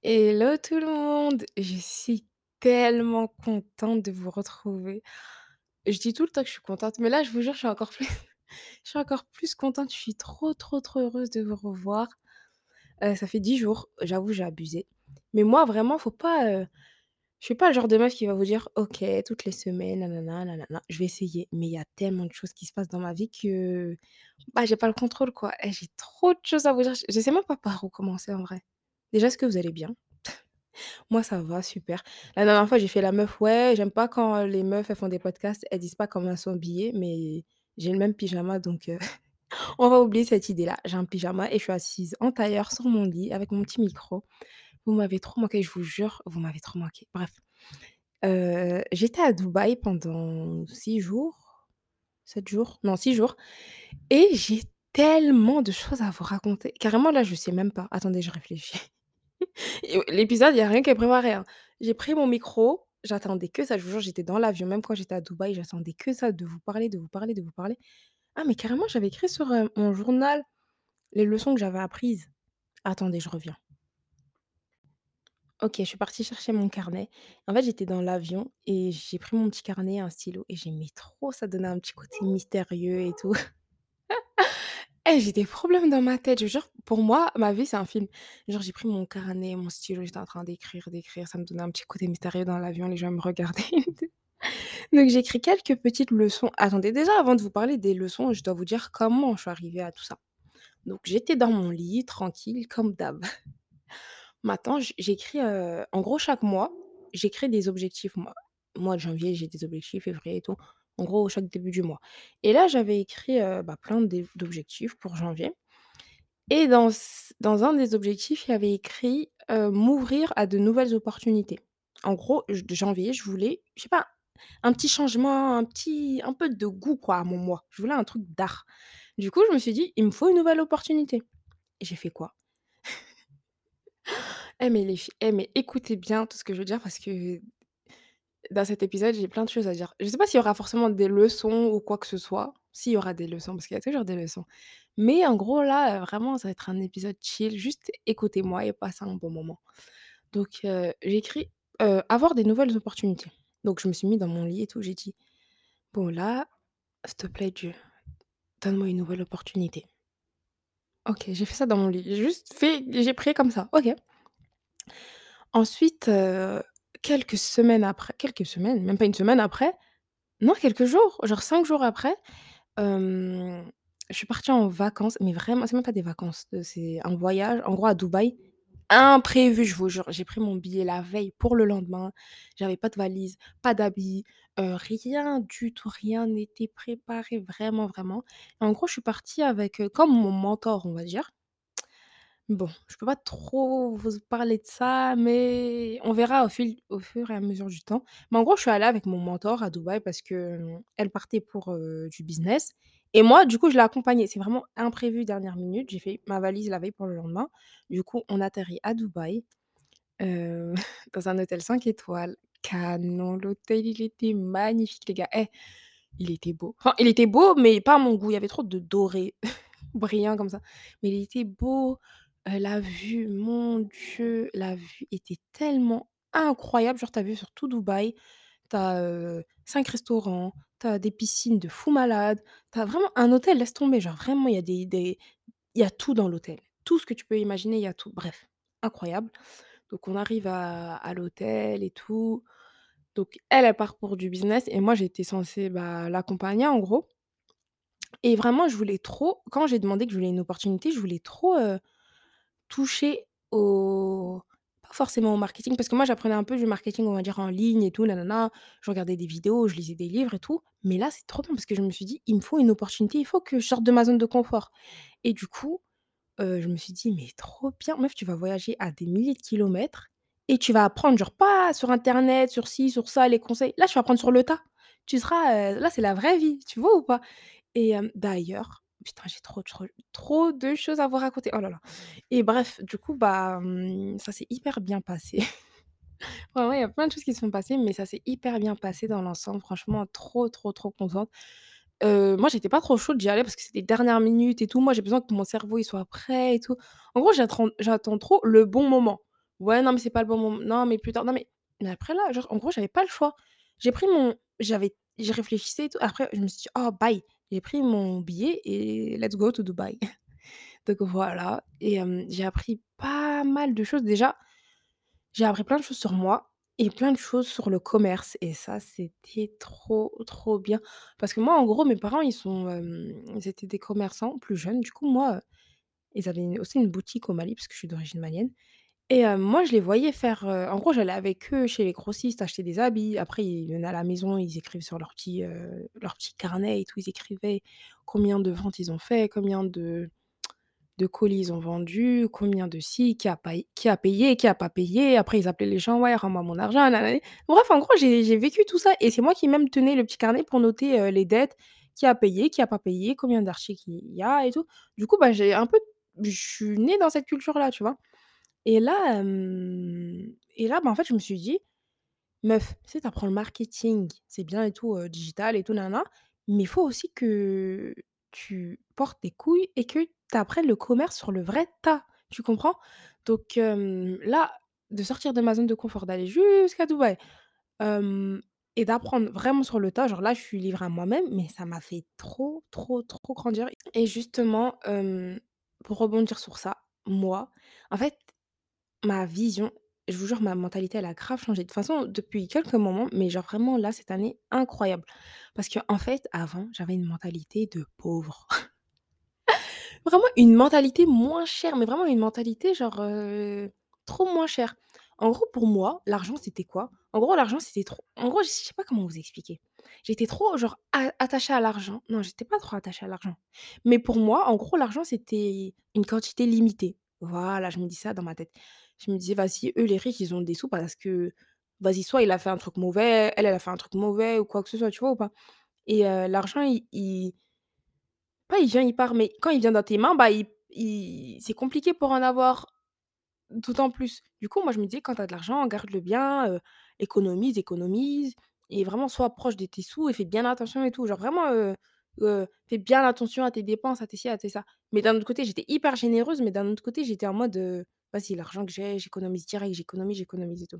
Hello tout le monde! Je suis tellement contente de vous retrouver. Je dis tout le temps que je suis contente, mais là, je vous jure, je suis encore plus je suis encore plus contente. Je suis trop, trop, trop heureuse de vous revoir. Ça fait 10 jours, j'avoue, j'ai abusé. Mais moi, vraiment, faut pas, je suis pas le genre de meuf qui va vous dire: «OK, toutes les semaines, nanana, nanana». Je vais essayer, mais il y a tellement de choses qui se passent dans ma vie que, bah, j'ai pas le contrôle, quoi. Et j'ai trop de choses à vous dire. Je sais même pas par où commencer, en vrai. Déjà, est-ce que vous allez bien? Moi, ça va, super. La dernière fois, j'ai fait la meuf, ouais, j'aime pas quand, les meufs, elles font des podcasts, elles disent pas comment elles sont habillées, mais j'ai le même pyjama donc on va oublier cette idée-là. J'ai un pyjama et je suis assise en tailleur sur mon lit avec mon petit micro. Vous m'avez trop manqué, je vous jure, vous m'avez trop manqué. Bref, j'étais à Dubaï pendant 6 jours, 7 jours, non 6 jours et j'ai tellement de choses à vous raconter. Carrément là, je sais même pas. Attendez, je réfléchis. Et l'épisode, il y a rien qui est préparé, hein. J'ai pris mon micro, j'attendais que ça, je vous jure, j'étais dans l'avion, même quand j'étais à Dubaï, j'attendais que ça, de vous parler, de vous parler, de vous parler. Ah mais carrément, j'avais écrit sur, mon journal les leçons que j'avais apprises. Attendez, je reviens. OK, je suis partie chercher mon carnet. En fait, j'étais dans l'avion et j'ai pris mon petit carnet, un stylo et j'aimais trop, ça donnait un petit côté mystérieux et tout. Eh, j'ai des problèmes dans ma tête, je vous jure, pour moi, ma vie, c'est un film. Genre, j'ai pris mon carnet, mon stylo, j'étais en train d'écrire, d'écrire, ça me donnait un petit côté mystérieux dans l'avion, les gens me regardaient et tout. Donc j'ai écrit quelques petites leçons. Attendez, déjà, avant de vous parler des leçons, je dois vous dire comment je suis arrivée à tout ça. Donc j'étais dans mon lit, tranquille, comme d'hab. Maintenant, j'écris, en gros, chaque mois, j'écris des objectifs. Mois de janvier, j'ai des objectifs, février et tout. En gros, chaque début du mois. Et là, j'avais écrit, bah, plein d'objectifs pour janvier. Et dans un des objectifs, il y avait écrit, «M'ouvrir à de nouvelles opportunités». En gros, de janvier, je voulais, je sais pas, un petit changement, un peu de goût quoi à mon moi. Je voulais un truc d'art. Du coup, je me suis dit: «Il me faut une nouvelle opportunité». Et j'ai fait quoi? Mais les filles, mais écoutez bien tout ce que je veux dire parce que dans cet épisode, j'ai plein de choses à dire. Je sais pas s'il y aura forcément des leçons ou quoi que ce soit. S'il y aura des leçons, parce qu'il y a toujours des leçons. Mais en gros là, vraiment ça va être un épisode chill, juste écoutez-moi et passez un bon moment. Donc j'ai écrit, «Avoir des nouvelles opportunités». Donc je me suis mis dans mon lit et tout, j'ai dit: «Bon là, s'il te plaît Dieu, donne-moi une nouvelle opportunité». OK, j'ai fait ça dans mon lit. J'ai prié comme ça, OK. Ensuite, quelques semaines, même pas une semaine après, non quelques jours, genre 5 jours après, hem, je suis partie en vacances, mais vraiment, c'est même pas des vacances, c'est un voyage, en gros à Dubaï. Imprévu, je vous jure. J'ai pris mon billet la veille pour le lendemain. J'avais pas de valise, pas d'habits, rien du tout, rien n'était préparé, vraiment, vraiment. En gros, je suis partie avec, comme mon mentor, on va dire. Bon, je peux pas trop vous parler de ça, mais on verra au fur et à mesure du temps. Mais en gros, je suis allée avec mon mentor à Dubaï parce que, elle partait pour, du business et moi, du coup, je l'ai accompagnée. C'est vraiment imprévu, dernière minute. J'ai fait ma valise la veille pour le lendemain. Du coup, on atterrit à Dubaï, heu, dans un hôtel 5 étoiles. Canon, l'hôtel, il était magnifique, les gars. Il était beau. Enfin, il était beau, mais pas à mon goût. Il y avait trop de doré, brillant comme ça. Mais il était beau, la vue, mon Dieu, la vue était tellement incroyable. Genre, tu as vue sur tout Dubaï. Tu as, 5 restaurants, tu as des piscines de fou malade. Tu as vraiment un hôtel, laisse tomber. Genre vraiment, il y a tout dans l'hôtel. Tout ce que tu peux imaginer, il y a tout. Bref, incroyable. Donc on arrive à l'hôtel et tout. Donc elle, elle part pour du business et moi j'étais censée, bah, l'accompagner en gros et vraiment je voulais trop quand j'ai demandé que je voulais une opportunité, je voulais trop, toucher au pas forcément au marketing parce que moi j'apprenais un peu du marketing, on va dire en ligne et tout nanana. Je regardais des vidéos, je lisais des livres et tout. Mais là, c'est trop bien parce que je me suis dit: «Il me faut une opportunité, il faut que je sorte de ma zone de confort» et du coup, je me suis dit: «Mais trop bien, meuf, tu vas voyager à des milliers de kilomètres et tu vas apprendre, genre pas sur internet, sur ci, sur ça, les conseils. Là, tu vas apprendre sur le tas. Tu seras, là, c'est la vraie vie», tu vois ou pas? Et d'ailleurs, putain, j'ai trop de choses à vous raconter. Oh là là et bref, du coup, bah, ça s'est hyper bien passé. Vraiment, il y a plein de choses qui se sont passées, mais ça s'est hyper bien passé dans l'ensemble. Franchement, trop, trop, trop contente. Moi, j'étais pas trop chaude d'y aller parce que c'était dernière minute et tout. Moi, j'ai besoin que mon cerveau, il soit prêt et tout. En gros, j'attends trop le bon moment. Ouais, non, mais c'est pas le bon moment. Non, mais plus tard. Non, mais après là, genre, en gros, j'avais pas le choix. J'ai réfléchissais et tout. Après, je me suis dit: «Oh bye». J'ai pris mon billet et let's go to Dubaï. Donc voilà et j'ai appris pas mal de choses. Déjà, j'ai appris plein de choses sur moi et plein de choses sur le commerce et ça, c'était trop, trop bien. Parce que moi, en gros, mes parents, ils étaient des commerçants plus jeunes. Du coup, moi, ils avaient aussi une boutique au Mali parce que je suis d'origine malienne et moi, je les voyais faire, en gros, j'allais avec eux chez les grossistes acheter des habits. Après, ils venaient à la maison, ils écrivent sur leur petit carnet et tout. Ils écrivaient combien de ventes ils ont fait, combien de colis ils ont vendus, combien de ci, qui a payé, qui a pas payé. Après, ils appelaient les gens: «Ouais, rends-moi mon argent, nanani». Bref, en gros, j'ai vécu tout ça et c'est moi qui même tenais le petit carnet pour noter, les dettes, qui a payé, qui a pas payé, combien d'archi il y a et tout. Du coup, bah, je suis née dans cette culture-là, tu vois? Et là, bah, en fait, je me suis dit: «Meuf, tu sais, tu apprends le marketing, c'est bien et tout, digital et tout nin mais il faut aussi que tu portes tes couilles et que tu apprennes le commerce sur le vrai tas». Tu comprends? Donc là, de sortir de ma zone de confort, d'aller jusqu'à Dubaï, hem et d'apprendre vraiment sur le tas, genre là, je suis livrée à moi-même, mais ça m'a fait trop, trop, trop grandir et justement, pour rebondir sur ça, moi, en fait ma vision, je vous jure, ma mentalité, elle a grave changé. De toute façon, depuis quelques moments, mais genre vraiment là, cette année, incroyable. Parce que en fait, avant, j'avais une mentalité de pauvre. Vraiment une mentalité moins chère, mais vraiment une mentalité genre, trop moins chère. En gros, pour moi, l'argent, c'était quoi? En gros, l'argent, c'était trop en gros, je sais pas comment vous expliquer. J'étais trop genre attachée à l'argent. Non, j'étais pas trop attachée à l'argent. Mais pour moi, en gros, l'argent, c'était une quantité limitée. Voilà, je me dis ça dans ma tête. Je me disais: «Vas-y, eux, les riches, ils ont des sous parce que, vas-y, soit il a fait un truc mauvais, elle, elle a fait un truc mauvais ou quoi que ce soit», tu vois ou pas? Et l'argent, il pas il vient, il part, mais quand il vient dans tes mains, bah, il c'est compliqué pour en avoir d'autant plus. Du coup, moi, je me disais: «Quand tu as de l'argent, garde-le bien, économise, économise et vraiment sois proche de tes sous et fais bien attention et tout». Genre vraiment, fais bien attention à tes dépenses, à tes ci, à tes ça. Mais d'un autre côté, j'étais hyper généreuse, mais d'un autre côté, j'étais en mode, «Vas-y, l'argent que j'ai, j'économise direct, j'économise et tout».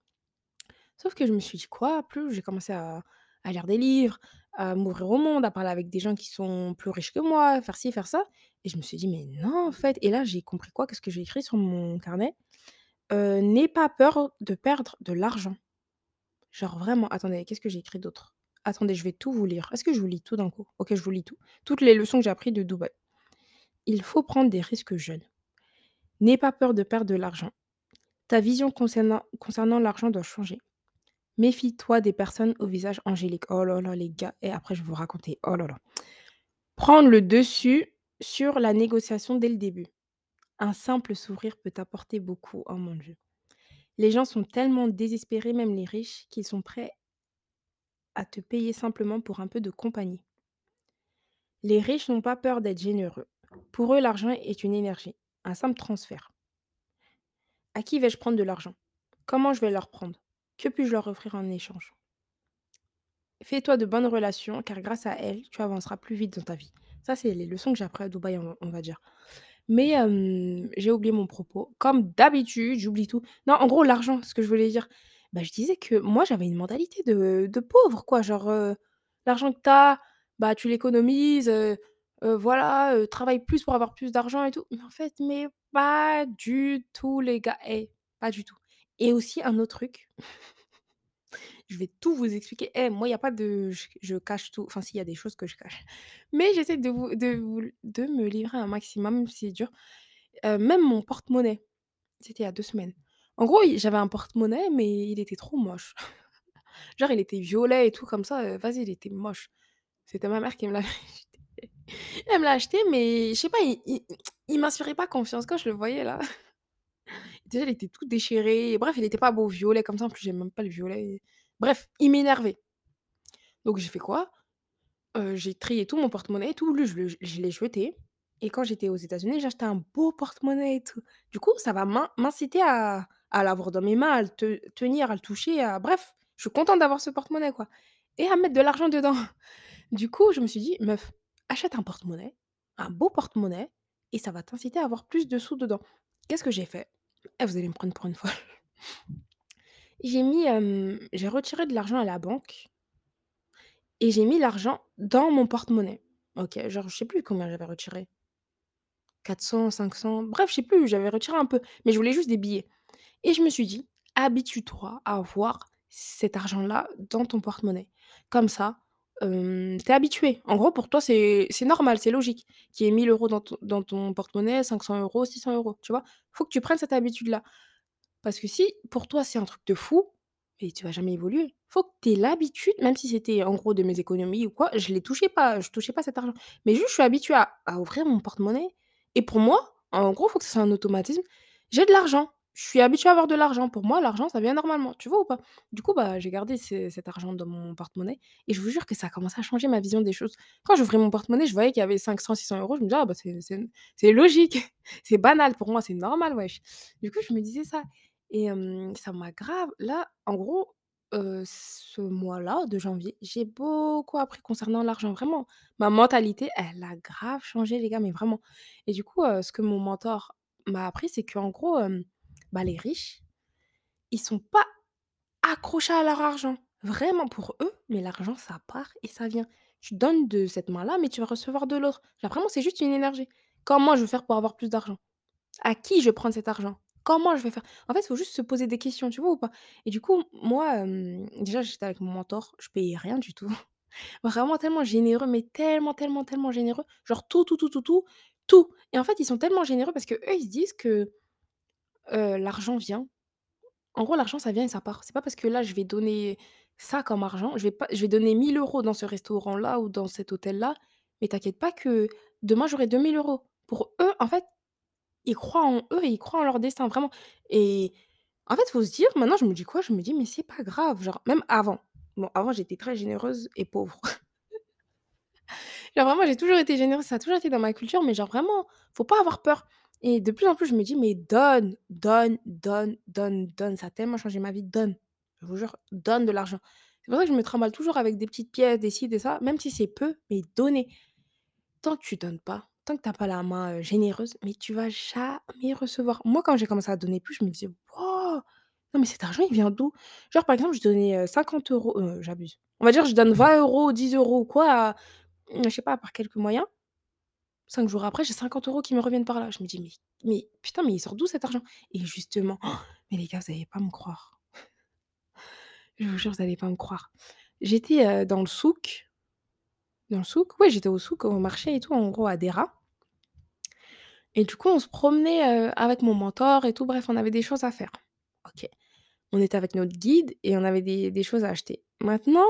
Sauf que je me suis dit: «Quoi?» Plus j'ai commencé à lire des livres, à m'ouvrir au monde, à parler avec des gens qui sont plus riches que moi, faire ci, faire ça et je me suis dit: «Mais non, en fait» et là, j'ai compris quoi? Qu'est-ce que j'ai écrit sur mon carnet? «N'aie pas peur de perdre de l'argent». Genre vraiment attendez, qu'est-ce que j'ai écrit d'autre? Attendez, je vais tout vous lire. Est-ce que je vous lis tout d'un coup? OK, je vous lis tout. Toutes les leçons que j'ai appris de Dubaï. «Il faut prendre des risques jeunes. N'aie pas peur de perdre de l'argent. Ta vision concernant l'argent doit changer. Méfie-toi des personnes au visage angélique». Oh là là, les gars et après je vais vous raconter. Oh là là. Prendre le dessus sur la négociation dès le début. Un simple sourire peut apporter beaucoup. Oh mon Dieu. Les gens sont tellement désespérés, même les riches, qu'ils sont prêts à te payer simplement pour un peu de compagnie. Les riches n'ont pas peur d'être généreux. Pour eux, l'argent est une énergie, un simple transfert. À qui vais-je prendre de l'argent? Comment je vais leur prendre? Que puis-je leur offrir en échange? Fais-toi de bonnes relations, car grâce à elles, tu avanceras plus vite dans ta vie. Ça, c'est les leçons que j'ai appris à Dubaï, on va dire. Mais j'ai oublié mon propos. Comme d'habitude, j'oublie tout. Non, en gros, l'argent, ce que je voulais dire. Bah, je disais que moi, j'avais une mentalité de pauvre, quoi. Genre, l'argent que tu as, bah, tu l'économises, voilà, travaille plus pour avoir plus d'argent et tout. Mais en fait, mais pas du tout, les gars. Eh, pas du tout. Et aussi, un autre truc, je vais tout vous expliquer. Eh, moi, il y a pas de je cache tout. Enfin, si, il y a des choses que je cache. Mais j'essaie de me livrer un maximum, même si c'est dur. Même mon porte-monnaie, c'était il y a 2 semaines. En gros, j'avais un porte-monnaie, mais il était trop moche. Genre, il était violet et tout comme ça, vas-y, il était moche. C'était ma mère qui me l'avait acheté. Elle me l'a acheté, mais je sais pas, il m'inspirait pas confiance. Quand je le voyais là, déjà, il était tout déchiré. Bref, il était pas beau, violet comme ça. En plus, j'aime même pas le violet. Bref, il m'énervait. Donc j'ai fait quoi? J'ai trié tout mon porte-monnaie et tout, lui je l'ai jeté et quand j'étais aux États-Unis, j'ai acheté un beau porte-monnaie et tout. Du coup, ça va m'inciter à l'avoir dans mes mains, à le tenir, à le toucher, à bref, je suis contente d'avoir ce porte-monnaie, quoi et à mettre de l'argent dedans. Du coup, je me suis dit: «Meuf, achète un porte-monnaie, un beau porte-monnaie et ça va t'inciter à avoir plus de sous dedans». Qu'est-ce que j'ai fait? Eh, vous allez me prendre pour une folle. J'ai retiré de l'argent à la banque et j'ai mis l'argent dans mon porte-monnaie. OK, genre, je sais plus combien j'avais retiré, 400, 500, bref, je sais plus, j'avais retiré un peu, mais je voulais juste des billets et je me suis dit: «Habitue-toi à avoir cet argent-là dans ton porte-monnaie». Comme ça, tu es habitué. En gros, pour toi, c'est normal, c'est logique qu'il y ait 1 000 € dans ton porte-monnaie, 500 €, 600 €, tu vois? Faut que tu prennes cette habitude-là. Parce que si pour toi c'est un truc de fou, mais tu vas jamais évoluer. Faut que tu aies l'habitude, même si c'était en gros de mes économies ou quoi, je touchais pas cet argent. Mais juste je suis habituée à ouvrir mon porte-monnaie et pour moi, en gros, faut que ce soit un automatisme. J'ai de l'argent, je suis habituée à avoir de l'argent. Pour moi, l'argent, ça vient normalement, tu vois ou pas? Du coup, bah, j'ai gardé cet argent dans mon porte-monnaie et je vous jure que ça a commencé à changer ma vision des choses. Quand j'ouvrais mon porte-monnaie, je voyais qu'il y avait 500, 600 €, je me disais: «Ah bah, c'est logique, c'est banal pour moi, c'est normal wesh». Du coup, je me disais ça et ça m'a grave là, en gros, ce mois-là de janvier, j'ai beaucoup appris concernant l'argent, vraiment. Ma mentalité, elle a grave changé les gars, mais vraiment et du coup, ce que mon mentor m'a appris, c'est qu'en gros, bah, les riches, ils sont pas accrochés à leur argent. Vraiment pour eux, mais l'argent, ça part et ça vient. Tu donnes de cette main-là, mais tu vas recevoir de l'autre. Genre vraiment, c'est juste une énergie. Comment je veux faire pour avoir plus d'argent? À qui je vais prendre cet argent? Comment je vais faire? En fait, il faut juste se poser des questions, tu vois ou pas? Et du coup, moi, déjà, j'étais avec mon mentor, je payais rien du tout. Vraiment tellement généreux, mais tellement, tellement, tellement généreux. Genre tout, tout, tout, tout, tout, tout. Et en fait, ils sont tellement généreux parce qu'eux, ils se disent que, l'argent vient. En gros, l'argent, ça vient et ça part. C'est pas parce que là, je vais donner ça comme argent, je vais donner 1 000 € dans ce restaurant-là ou dans cet hôtel-là, mais t'inquiète pas que demain, j'aurai 2 000 €. Pour eux, en fait, ils croient en eux et ils croient en leur destin, vraiment et en fait, faut se dire maintenant je me dis quoi? Je me dis: «Mais c'est pas grave», genre même avant. Bon, avant j'étais très généreuse et pauvre. Genre vraiment j'ai toujours été généreuse, ça a toujours été dans ma culture, mais genre vraiment, faut pas avoir peur et de plus en plus je me dis: «Mais donne, donne, donne, donne, donne». Ça a tellement changé ma vie, donne. Je vous jure, donne de l'argent. C'est pour ça que je me trimballe toujours avec des petites pièces, des ci, des ça, même si c'est peu, mais donner. Tant que tu donnes pas, tant que tu as pas la main, généreuse, mais tu vas jamais recevoir. Moi, quand j'ai commencé à donner plus, je me disais: «Waouh! Non, mais cet argent, il vient d'où?» Genre, par exemple, je donnais, 50 €, j'abuse. On va dire, je donne 20 €, 10 € ou quoi à, je sais pas, par quelques moyens. 5 jours après, j'ai 50 € qui me reviennent par là. Je me dis: «Mais putain, mais il sort d'où cet argent?» Et justement, mais les gars, vous allez pas me croire. Je vous jure, vous allez pas me croire. J'étais, dans le souk, ouais, j'étais au souk, au marché et tout, en gros, à Dera. Et du coup, on se promenait, avec mon mentor et tout, bref, on avait des choses à faire. OK. On était avec notre guide et on avait des choses à acheter. Maintenant,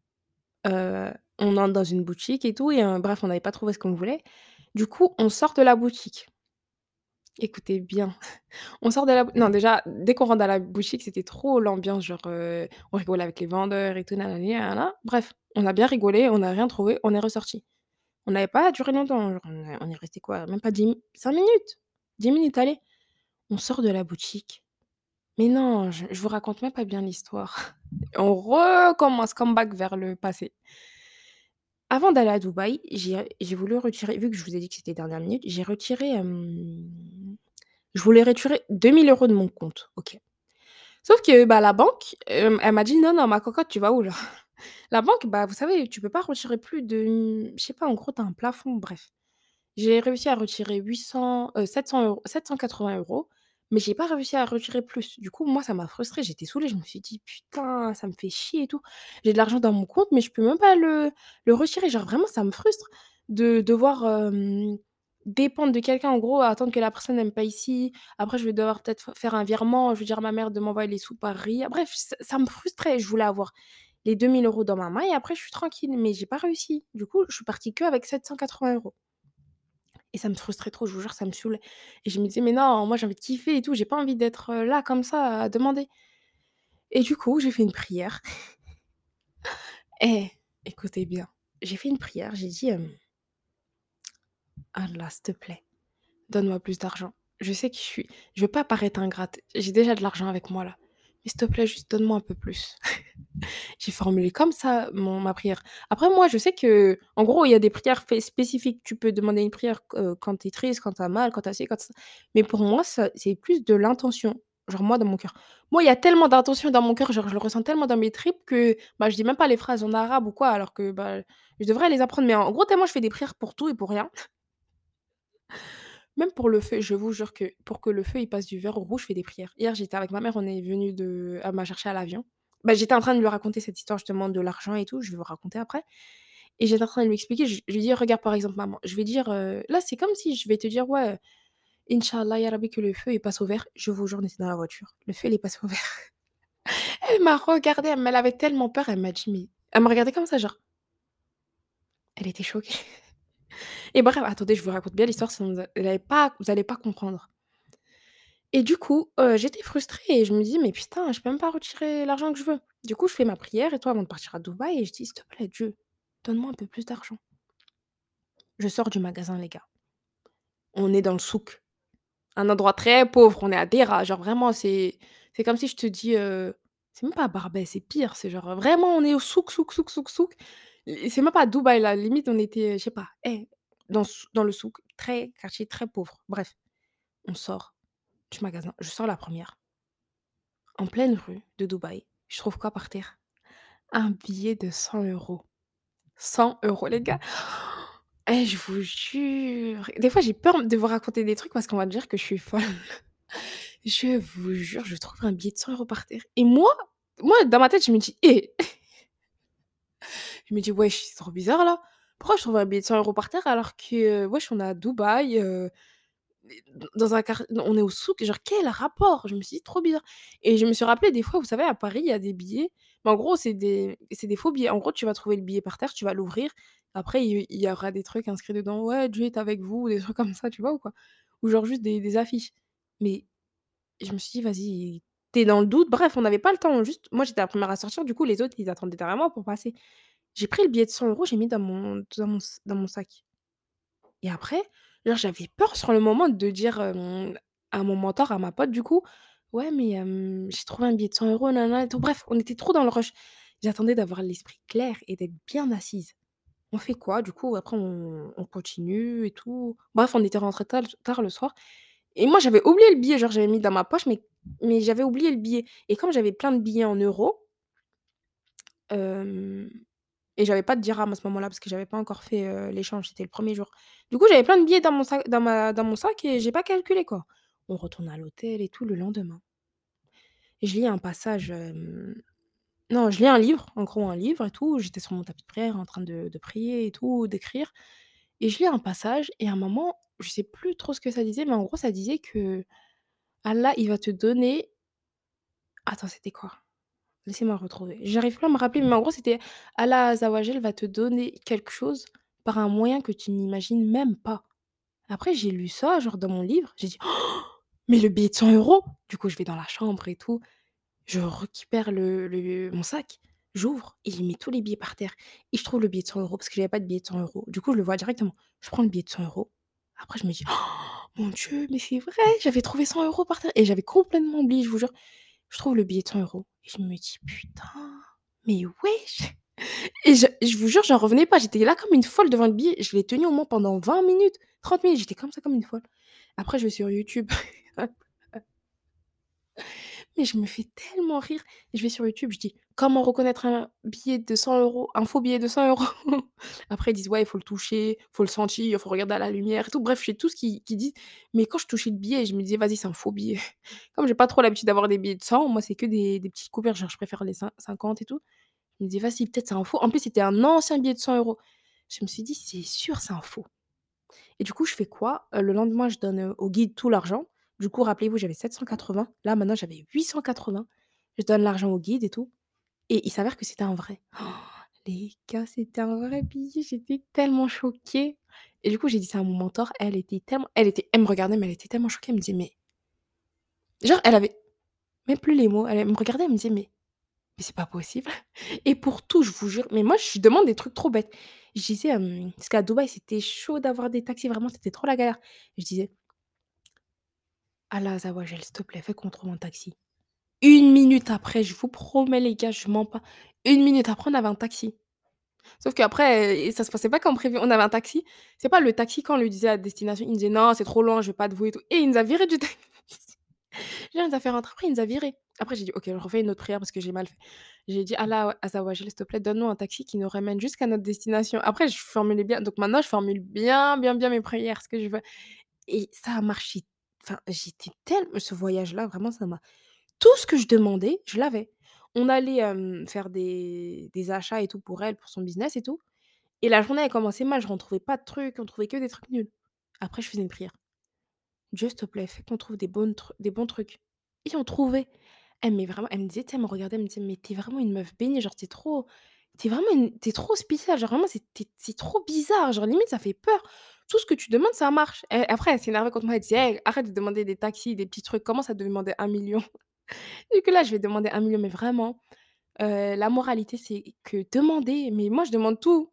on entre dans une boutique et tout et bref, on n'avait pas trouvé ce qu'on voulait. Du coup, on sort de la boutique. Écoutez bien, on sort de la non, déjà, dès qu'on rentre dans la boutique, c'était trop l'ambiance, genre, on rigolait avec les vendeurs et tout, nanani nanana. Bref, on a bien rigolé, on n'a rien trouvé, on est ressortis. On n'avait pas duré longtemps, genre on est resté quoi? Même pas 10 mi 5 minutes, 10 minutes, allez. On sort de la boutique. Mais non, je vous raconte même pas bien l'histoire. On recommence, comeback vers le passé. Avant d'aller à Dubaï, j'ai voulu retirer vu que je vous ai dit que c'était dernière minute, j'ai retiré, je voulais retirer 2 000 € de mon compte, OK. Sauf que, bah, la banque, elle m'a dit: «Non, non, ma cocotte, tu vas où là?» La banque, bah, vous savez, tu peux pas retirer plus de, je sais pas, en gros, tu as un plafond, bref. J'ai réussi à retirer 700 €, 780 €, mais j'ai pas réussi à retirer plus. Du coup, moi, ça m'a frustrée, j'étais saoulée, je me suis dit: «Putain, ça me fait chier et tout. J'ai de l'argent dans mon compte, mais je peux même pas le retirer». Genre vraiment, ça me frustre de devoir, dépendre de quelqu'un, en gros, attendre que la personne elle me paye ici. Après, je vais devoir peut-être faire un virement, je vais dire à ma mère de m'envoyer les sous par RIA. Bref, ça me frustrait. Je voulais avoir les 2 000 € dans ma main et après je suis tranquille, mais j'ai pas réussi. Du coup, je suis partie qu'avec 780 € et ça me frustrait trop, je vous jure, ça me saoulait et je me disais: «Mais non, moi j'ai envie de kiffer et tout, j'ai pas envie d'être, là comme ça à demander» et du coup, j'ai fait une prière. Eh, écoutez bien, j'ai fait une prière, j'ai dit, «Allah, s'il te plaît, donne-moi plus d'argent. Je sais que je veux pas paraître ingrate, j'ai déjà de l'argent avec moi là, mais s'il te plaît, juste donne-moi un peu plus». J'ai formulé comme ça ma prière. Après moi, je sais que en gros, il y a des prières fait spécifiques. Tu peux demander une prière quand tu es triste, quand tu as mal, quand tu as ci, quand tu ça. Mais pour moi, ça c'est plus de l'intention. Genre moi, dans mon cœur. Moi, il y a tellement d'intention dans mon cœur, genre je le ressens tellement dans mes tripes que, bah, je dis même pas les phrases en arabe ou quoi, alors que, bah, je devrais les apprendre. Mais en gros, tellement je fais des prières pour tout et pour rien. Même pour le feu, je vous jure que pour que le feu, il passe du vert au rouge, je fais des prières. Hier, j'étais avec ma mère, on est venu de elle m'a cherché à l'avion. Bah, j'étais en train de lui raconter cette histoire justement de l'argent et tout, je vais vous raconter après et j'étais en train de lui expliquer, je lui dis: «Regarde par exemple maman», je vais dire, là, c'est comme si je vais te dire: «Ouais, inch'Allah ya rabbi que le feu, il passe au vert». Je vous jure, on était dans la voiture, le feu, il est passé au vert. Elle m'a regardée, elle avait tellement peur, elle m'a dit: «Mais» elle m'a regardée comme ça, genre, elle était choquée et bref, attendez, je vous raconte bien l'histoire sinon vous allez pas comprendre. Et du coup, j'étais frustrée et je me dis: «Mais putain, je peux même pas retirer l'argent que je veux». Du coup, je fais ma prière et tout avant de partir à Dubaï et je dis: «S'il te plaît Dieu, donne-moi un peu plus d'argent». Je sors du magasin les gars, on est dans le souk, un endroit très pauvre, on est à Deraa, genre vraiment c'est comme si je te dis, c'est même pas à Barbès, c'est pire, c'est genre, vraiment on est au souk, souk, souk, souk, souk. Et c'est même pas à Dubaï là, limite on était, je sais pas, dans le souk, très quartier très pauvre. Bref, on sort du magasin, je sors la première en pleine rue de Dubaï, je trouve quoi par terre? Un billet de 100 €. 100 € les gars. Eh, je vous jure, des fois j'ai peur de vous raconter des trucs parce qu'on va me dire que je suis folle. Je vous jure, je trouve un billet de 100 € par terre et moi dans ma tête je me dis: «Eh!» je me dis: «Wesh, c'est trop bizarre là. Pourquoi je trouve un billet de 100 € par terre alors que, wesh on est à Dubaï, dans un quart on est au souk, genre quel rapport?» Je me suis dit: «Trop bizarre» et je me suis rappelé des fois, vous savez à Paris, il y a des billets, mais en gros c'est des faux billets. En gros, tu vas trouver le billet par terre, tu vas l'ouvrir, après il y aura des trucs inscrits dedans: «Ouais, Dieu est avec vous», ou des trucs comme ça, tu vois ou quoi? Ou genre juste des affiches. Mais je me suis dit: «Vas-y, tu es dans le doute». Bref, on n'avait pas le temps, juste moi j'étais la première à sortir, du coup les autres ils attendaient derrière moi pour passer. J'ai pris le billet de 100 €, j'ai mis dans mon sac. Et après, genre, j'avais peur sur le moment de dire, à mon mentor, à ma pote du coup: «Ouais, mais j'ai trouvé un billet de 100 € nin et tout». Bref, on était trop dans le rush. J'attendais d'avoir l'esprit clair et d'être bien assise. On fait quoi? Du coup, après on continue et tout. Bref, on était rentrés tard le soir et moi, j'avais oublié le billet, genre, j'avais mis dans ma poche, mais j'avais oublié le billet et comme j'avais plein de billets en euros, hem et j'avais pas de dirhams à ce moment-là parce que j'avais pas encore fait, l'échange, c'était le premier jour. Du coup, j'avais plein de billets dans mon sac et j'ai pas calculé, quoi. On retourne à l'hôtel et tout le lendemain et je lis un passage, non, je lis un livre, en gros un livre et tout. J'étais sur mon tapis de prière en train de prier et tout, d'écrire et je lis un passage et à un moment, je sais plus trop ce que ça disait, mais en gros, ça disait que Allah il va te donner attends, c'était quoi? Laissez-moi retrouver. J'arrive plus à me rappeler, mais en gros, c'était Allah Azza wa Jal va te donner quelque chose par un moyen que tu n'imagines même pas. Après, j'ai lu ça, genre dans mon livre, j'ai dit: «Oh, mais le billet de 100 €!» Du coup, je vais dans la chambre et tout, je récupère mon sac, j'ouvre et il met tous les billets par terre et je trouve le billet de 100 € parce que j'avais pas de billet de 100 €. Du coup, je le vois directement. Je prends le billet de 100 €. Après, je me dis: «Oh mon Dieu, mais c'est vrai, j'avais trouvé 100 € par terre» et j'avais complètement oublié, je vous jure. Je trouve le billet de 100 € et je me dis: «Putain, mais wesh!» et je vous jure, j'en revenais pas. J'étais là comme une folle devant le billet. Je l'ai tenu au moins pendant 20 minutes, 30 minutes. J'étais comme ça, comme une folle. Après, je vais sur YouTube, mais je me fais tellement rire. Je vais sur YouTube, je dis: «Comment reconnaître un billet de 100 €, un faux billet de 100 €?» Après, ils disent: «Ouais, il faut le toucher, faut le sentir, il faut regarder à la lumière et tout». Bref, je fais tout ce qu'ils disent, mais quand je touchais le billet, je me disais: «Vas-y, c'est un faux billet». Comme j'ai pas trop l'habitude d'avoir des billets de 100, moi, c'est que des petites coupures, genre je préfère les 50 et tout. Je me dis: «Vas-y, peut-être c'est un faux». En plus, c'était un ancien billet de 100 €. Je me suis dit: «C'est sûr, c'est un faux» et du coup, je fais quoi? Le lendemain, je donne, au guide tout l'argent. Du coup, rappelez-vous, j'avais 780. Là, maintenant, j'avais 880. Je donne l'argent au guide et tout et il s'avère que c'était un vrai. Oh, les gars, c'était un vrai billet, j'étais tellement choquée et du coup, j'ai dit ça à mon mentor. Elle me regardait, mais elle était tellement choquée, elle me disait: «Mais» genre, elle avait même plus les mots. Elle me regardait, elle me disait: Mais c'est pas possible» et pour tout, je vous jure, mais moi, je demande des trucs trop bêtes. Je disais, parce qu'à Dubaï, c'était chaud d'avoir des taxis, vraiment, c'était trop la galère. Je disais: «Allah Azza wa Jal, s'il te plaît, fais qu'on trouve un taxi». Une minute après, je vous promets les gars, je mens pas, une minute après, on avait un taxi. Sauf qu'après, ça se passait pas comme prévu. On avait un taxi, c'est pas le taxi quand on lui disait à destination, il nous disait: «Non, c'est trop loin, je vais pas de vous et tout» et il nous a virés du taxi. Genre, il nous a fait rentrer, après il nous a virés. Après j'ai dit: «OK, je refais une autre prière parce que j'ai mal fait». J'ai dit: «Allah Azza s'il te plaît, donne-nous un taxi qui nous ramène jusqu'à notre destination». Après je formulais bien, donc maintenant je formule bien, bien, bien mes prières, ce que je veux et ça a marché. Enfin, j'étais tellement ce voyage-là, vraiment, ça m'a tout ce que je demandais, je l'avais. On allait, faire des achats et tout pour elle, pour son business et tout et la journée, elle commençait mal, je retrouvais pas de trucs, on trouvait que des trucs nuls. Après je faisais une prière: «Dieu, s'il te plaît, fais qu'on trouve des bons trucs» et on trouvait. Mais vraiment, elle me disait, tu sais, elle me regardait, elle me disait: «Mais tu es vraiment une meuf bénie, genre tu es trop spéciale, genre vraiment c'est trop bizarre, genre limite ça fait peur. Tout ce que tu demandes, ça marche». Et après elle s'énervait contre moi, elle disait: «Hey, arrête de demander des taxis, des petits trucs, commence à demander 1 million». Et que là, je vais demander 1 million, mais vraiment, la moralité, c'est que demander, mais moi je demande tout.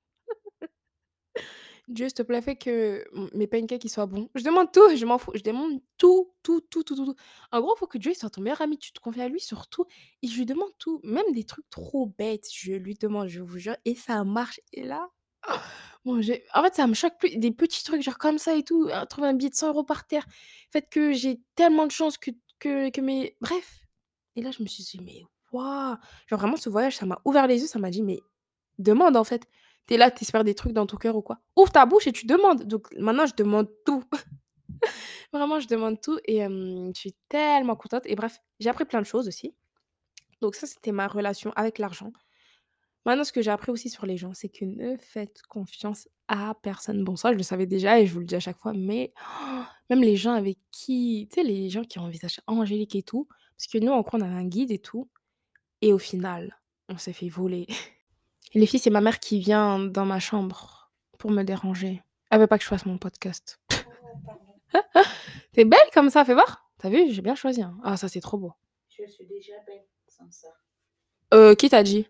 Dieu, s'il te plaît, fais que mes pancakes ils soient bons. Je demande tout, je m'en fous, je demande tout, tout, tout, tout, tout, tout. En gros, il faut que Dieu il soit ton meilleur ami, tu te confies à lui sur tout et je lui demande tout, même des trucs trop bêtes, je lui demande, je vous jure et ça marche et là, bon, j'ai en fait, ça me choque plus des petits trucs genre comme ça et tout, trouver un billet de 100 € par terre, fait que j'ai tellement de chance que mes bref et là, je me suis dit: «Mais waouh!» Genre vraiment ce voyage, ça m'a ouvert les yeux, ça m'a dit: «Mais demande en fait». Tu es là, tu espères des trucs dans ton cœur ou quoi. Ouvre ta bouche et tu demandes. Donc maintenant, je demande tout. Vraiment, je demande tout et je suis tellement contente et bref, j'ai appris plein de choses aussi. Donc ça, c'était ma relation avec l'argent. Maintenant, ce que j'ai appris aussi sur les gens, c'est que ne faites confiance à personne. Bon, ça, je le savais déjà et je vous le dis à chaque fois, mais même les gens avec qui tu sais, les gens qui ont un visage angélique et tout, parce que nous, en gros, on avait un guide et tout et au final, on s'est fait voler. Et les filles, c'est ma mère qui vient dans ma chambre pour me déranger. Elle veut pas que je fasse mon podcast. Oh, pardon. Tu belle comme ça, fais voir. Tu vu? J'ai bien choisi, hein. Ah ça, c'est trop beau. Je suis déjà belle sans ça. Qui t'a dit?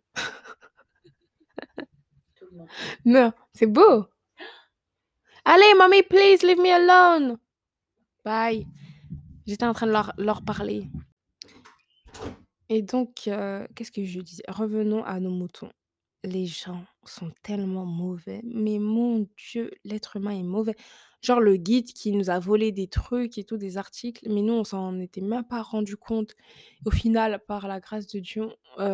Tout le monde. Non, c'est beau. Allez, mommy, please leave me alone. Bye. J'étais en train de leur parler. Et donc, qu'est-ce que je disais? Revenons à nos moutons. Les gens sont tellement mauvais, mais mon Dieu, l'être humain est mauvais. Genre le guide qui nous a volé des trucs et tout, des articles, mais nous, on s'en était même pas rendu compte. Au final, par la grâce de Dieu,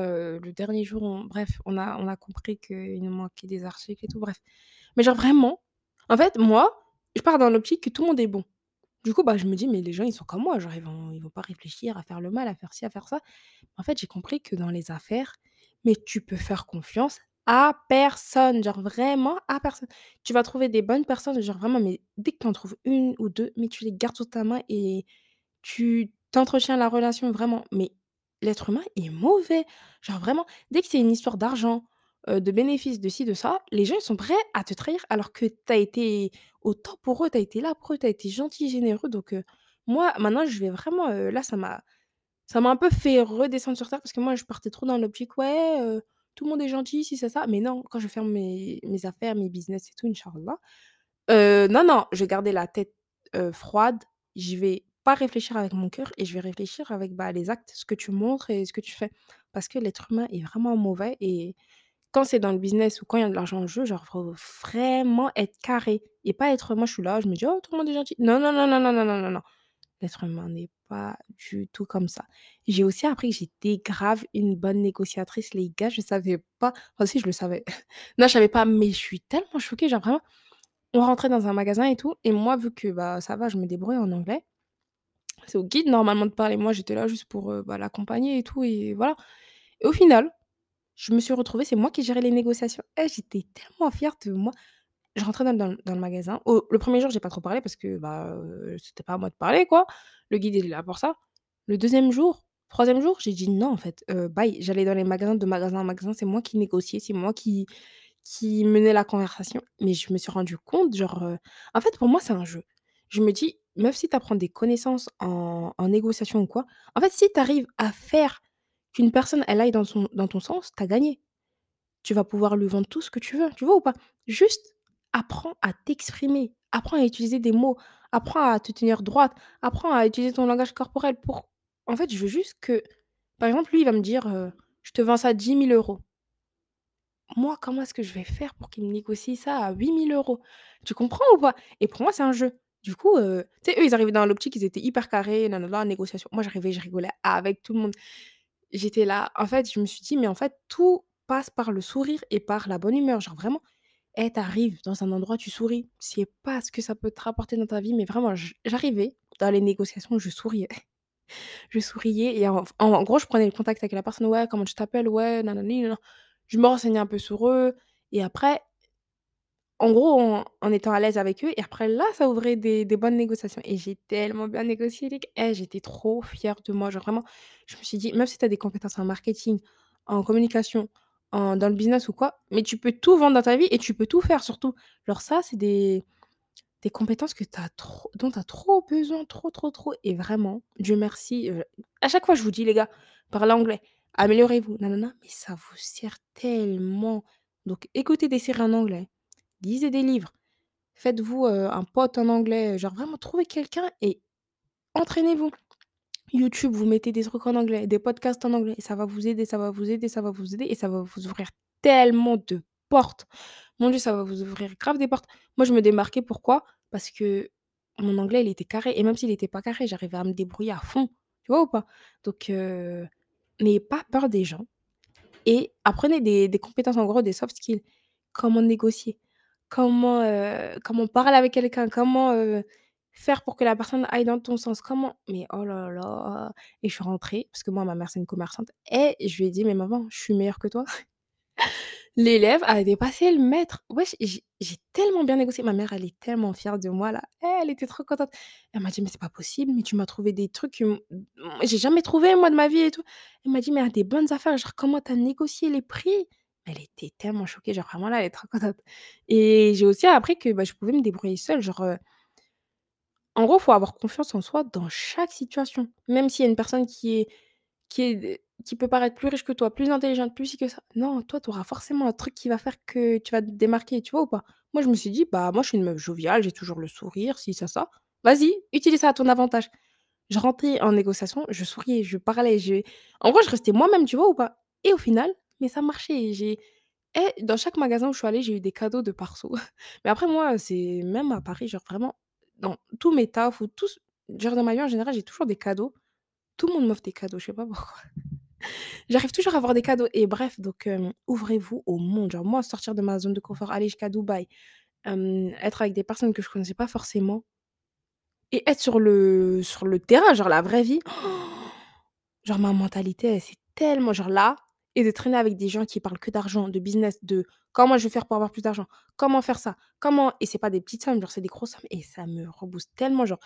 le dernier jour, bref, on a compris qu'il nous manquait des articles et tout, bref. Mais genre vraiment, en fait, moi, je pars dans l'optique que tout le monde est bon. Du coup, bah, je me dis: «Mais les gens, ils sont comme moi, genre ils vont pas réfléchir à faire le mal, à faire ci, à faire ça». En fait, j'ai compris que dans les affaires, mais tu peux faire confiance à personne, genre vraiment à personne. Tu vas trouver des bonnes personnes, genre vraiment, mais dès que tu en trouves une ou 2, mais tu les gardes sous ta main et tu t'entretiens la relation vraiment. Mais l'être humain est mauvais. Genre vraiment, dès que c'est une histoire d'argent, de bénéfices, de ci, de ça, les gens ils sont prêts à te trahir alors que tu as été au top pour eux, tu as été là pour eux, tu as été gentil, généreux. Donc, moi maintenant je vais vraiment, là ça m'a un peu fait redescendre sur terre parce que moi, je partais trop dans l'optique: «Ouais, tout le monde est gentil, si c'est ça». Mais non, quand je ferme mes affaires, mes business et tout, inch'Allah, non, non, je vais garder la tête, froide. Je vais pas réfléchir avec mon cœur et je vais réfléchir avec, bah, les actes, ce que tu montres et ce que tu fais. Parce que l'être humain est vraiment mauvais et quand c'est dans le business ou quand il y a de l'argent en jeu, genre, faut vraiment être carré et pas être moi, je suis là, je me dis: «Oh, tout le monde est gentil». Non, non, non, non, non, non, non, non, non. L'être humain n'est pas du tout comme ça. J'ai aussi appris que j'étais grave une bonne négociatrice, les gars, je savais pas. Enfin si, je le savais. Non, je savais pas, mais je suis tellement choquée, genre vraiment, on rentrait dans un magasin et tout et moi, vu que, bah, ça va, je me débrouille en anglais, c'est au guide normalement de parler. Moi, j'étais là juste pour, bah, l'accompagner et tout et voilà et au final, je me suis retrouvée, c'est moi qui gérais les négociations et j'étais tellement fière de moi. Je rentrais dans le magasin. Le premier jour, j'ai pas trop parlé parce que, bah, c'était pas à moi de parler, quoi. Le guide, il est là pour ça. Le deuxième jour, troisième jour, j'ai dit: «Non, en fait, bye». J'allais dans les magasins, de magasin en magasin, c'est moi qui négociais, c'est moi qui menais la conversation. Mais je me suis rendu compte, genre, en fait, pour moi, c'est un jeu. Je me dis: «Meuf, si tu apprends des connaissances en négociation ou quoi, en fait, si tu arrives à faire qu'une personne, elle aille dans ton sens, tu as gagné». Tu vas pouvoir lui vendre tout ce que tu veux, tu vois ou pas? Juste apprends à t'exprimer, apprends à utiliser des mots, apprends à te tenir droite, apprends à utiliser ton langage corporel pour en fait, je veux juste que Par exemple, lui, il va me dire, «Je te vends ça 10 000 euros. Moi, comment est-ce que je vais faire pour qu'il me négocie ça à 8 000 euros? Tu comprends ou pas? Et pour moi, c'est un jeu. Du coup, tu sais, eux, ils arrivaient dans l'optique, ils étaient hyper carrés, nanana, négociation. Moi, j'arrivais, je rigolais avec tout le monde. J'étais là, en fait, je me suis dit: «Mais en fait, tout passe par le sourire et par la bonne humeur». Genre vraiment, tu arrives dans un endroit, tu souris. Tu sais pas ce que ça peut te rapporter dans ta vie, mais vraiment, j'arrivais dans les négociations, je souriais. Je souriais et en gros, je prenais le contact avec la personne: «Ouais, comment tu t'appelles? Ouais, nanani, nanana». Je me renseignais un peu sur eux et après, en gros, en étant à l'aise avec eux et après là, ça ouvrait des bonnes négociations et j'ai tellement bien négocié les gars. J'étais trop fière de moi, genre vraiment, je me suis dit: «Même si tu as des compétences en marketing, en communication, dans le business ou quoi, mais tu peux tout vendre dans ta vie et tu peux tout faire surtout». Genre ça, c'est des compétences que tu trop dont tu as trop besoin, trop, trop, trop et vraiment, Dieu merci, à chaque fois je vous dis les gars, parlez anglais, améliorez-vous, nanana, mais ça vous sert tellement. Donc écoutez des séries en anglais, lisez des livres, faites-vous, un pote en anglais, genre vraiment trouvez quelqu'un et entraînez-vous. YouTube, vous mettez des trucs en anglais, des podcasts en anglais et ça va vous aider, ça va vous aider, ça va vous aider et ça va vous ouvrir tellement de portes. Mon Dieu, ça va vous ouvrir grave des portes. Moi, je me démarquais, pourquoi? Parce que mon anglais, il était carré et même s'il était pas carré, j'arrivais à me débrouiller à fond. Tu vois ou pas? Donc n'ayez pas peur des gens et apprenez des compétences, en gros, des soft skills. Comment négocier, comment parler avec quelqu'un, comment, faire pour que la personne aille dans ton sens, comment mais oh là là et je suis rentrée, parce que moi, ma mère, c'est une commerçante et je lui ai dit: «Mais maman, je suis meilleure que toi». L'élève a dépassé le maître. Wesh, j'ai tellement bien négocié. Ma mère, elle est tellement fière de moi là. Elle était trop contente. Elle m'a dit: «Mais c'est pas possible, mais tu m'as trouvé des trucs que j'ai jamais trouvé moi de ma vie et tout». Elle m'a dit: «Mais à des bonnes affaires, genre comment tu as négocié les prix?» Elle était tellement choquée, genre vraiment là, elle est trop contente et j'ai aussi appris que, bah, je pouvais me débrouiller seule, genre, en gros, faut avoir confiance en soi dans chaque situation. Même s'il y a une personne qui peut paraître plus riche que toi, plus intelligente, plus ci que ça. Non, toi, tu auras forcément un truc qui va faire que tu vas te démarquer, tu vois ou pas? Moi, je me suis dit: «Bah, moi, je suis une meuf joviale, j'ai toujours le sourire, ci, ça. Vas-y, utilise ça à ton avantage». Je rentrais en négociation, je souriais, je parlais, en gros, je restais moi-même, tu vois ou pas? Et au final, mais ça marchait. Dans chaque magasin où je suis allée, j'ai eu des cadeaux de partout. Mais après moi, c'est même à Paris, genre vraiment, dans tous mes tafs ou tous genre dans ma vie en général, j'ai toujours des cadeaux. Tout le monde m'offre des cadeaux, je sais pas pourquoi. J'arrive toujours à avoir des cadeaux et bref, donc ouvrez-vous au monde. Genre moi, sortir de ma zone de confort, aller jusqu'à Dubaï, être avec des personnes que je connaissais pas forcément et être sur le terrain, genre la vraie vie. Genre ma mentalité, elle s'est tellement genre là et de traîner avec des gens qui parlent que d'argent, de business, de comment je vais faire pour avoir plus d'argent, comment faire ça, comment et c'est pas des petites sommes, genre c'est des grosses sommes et ça me rebooste tellement. Genre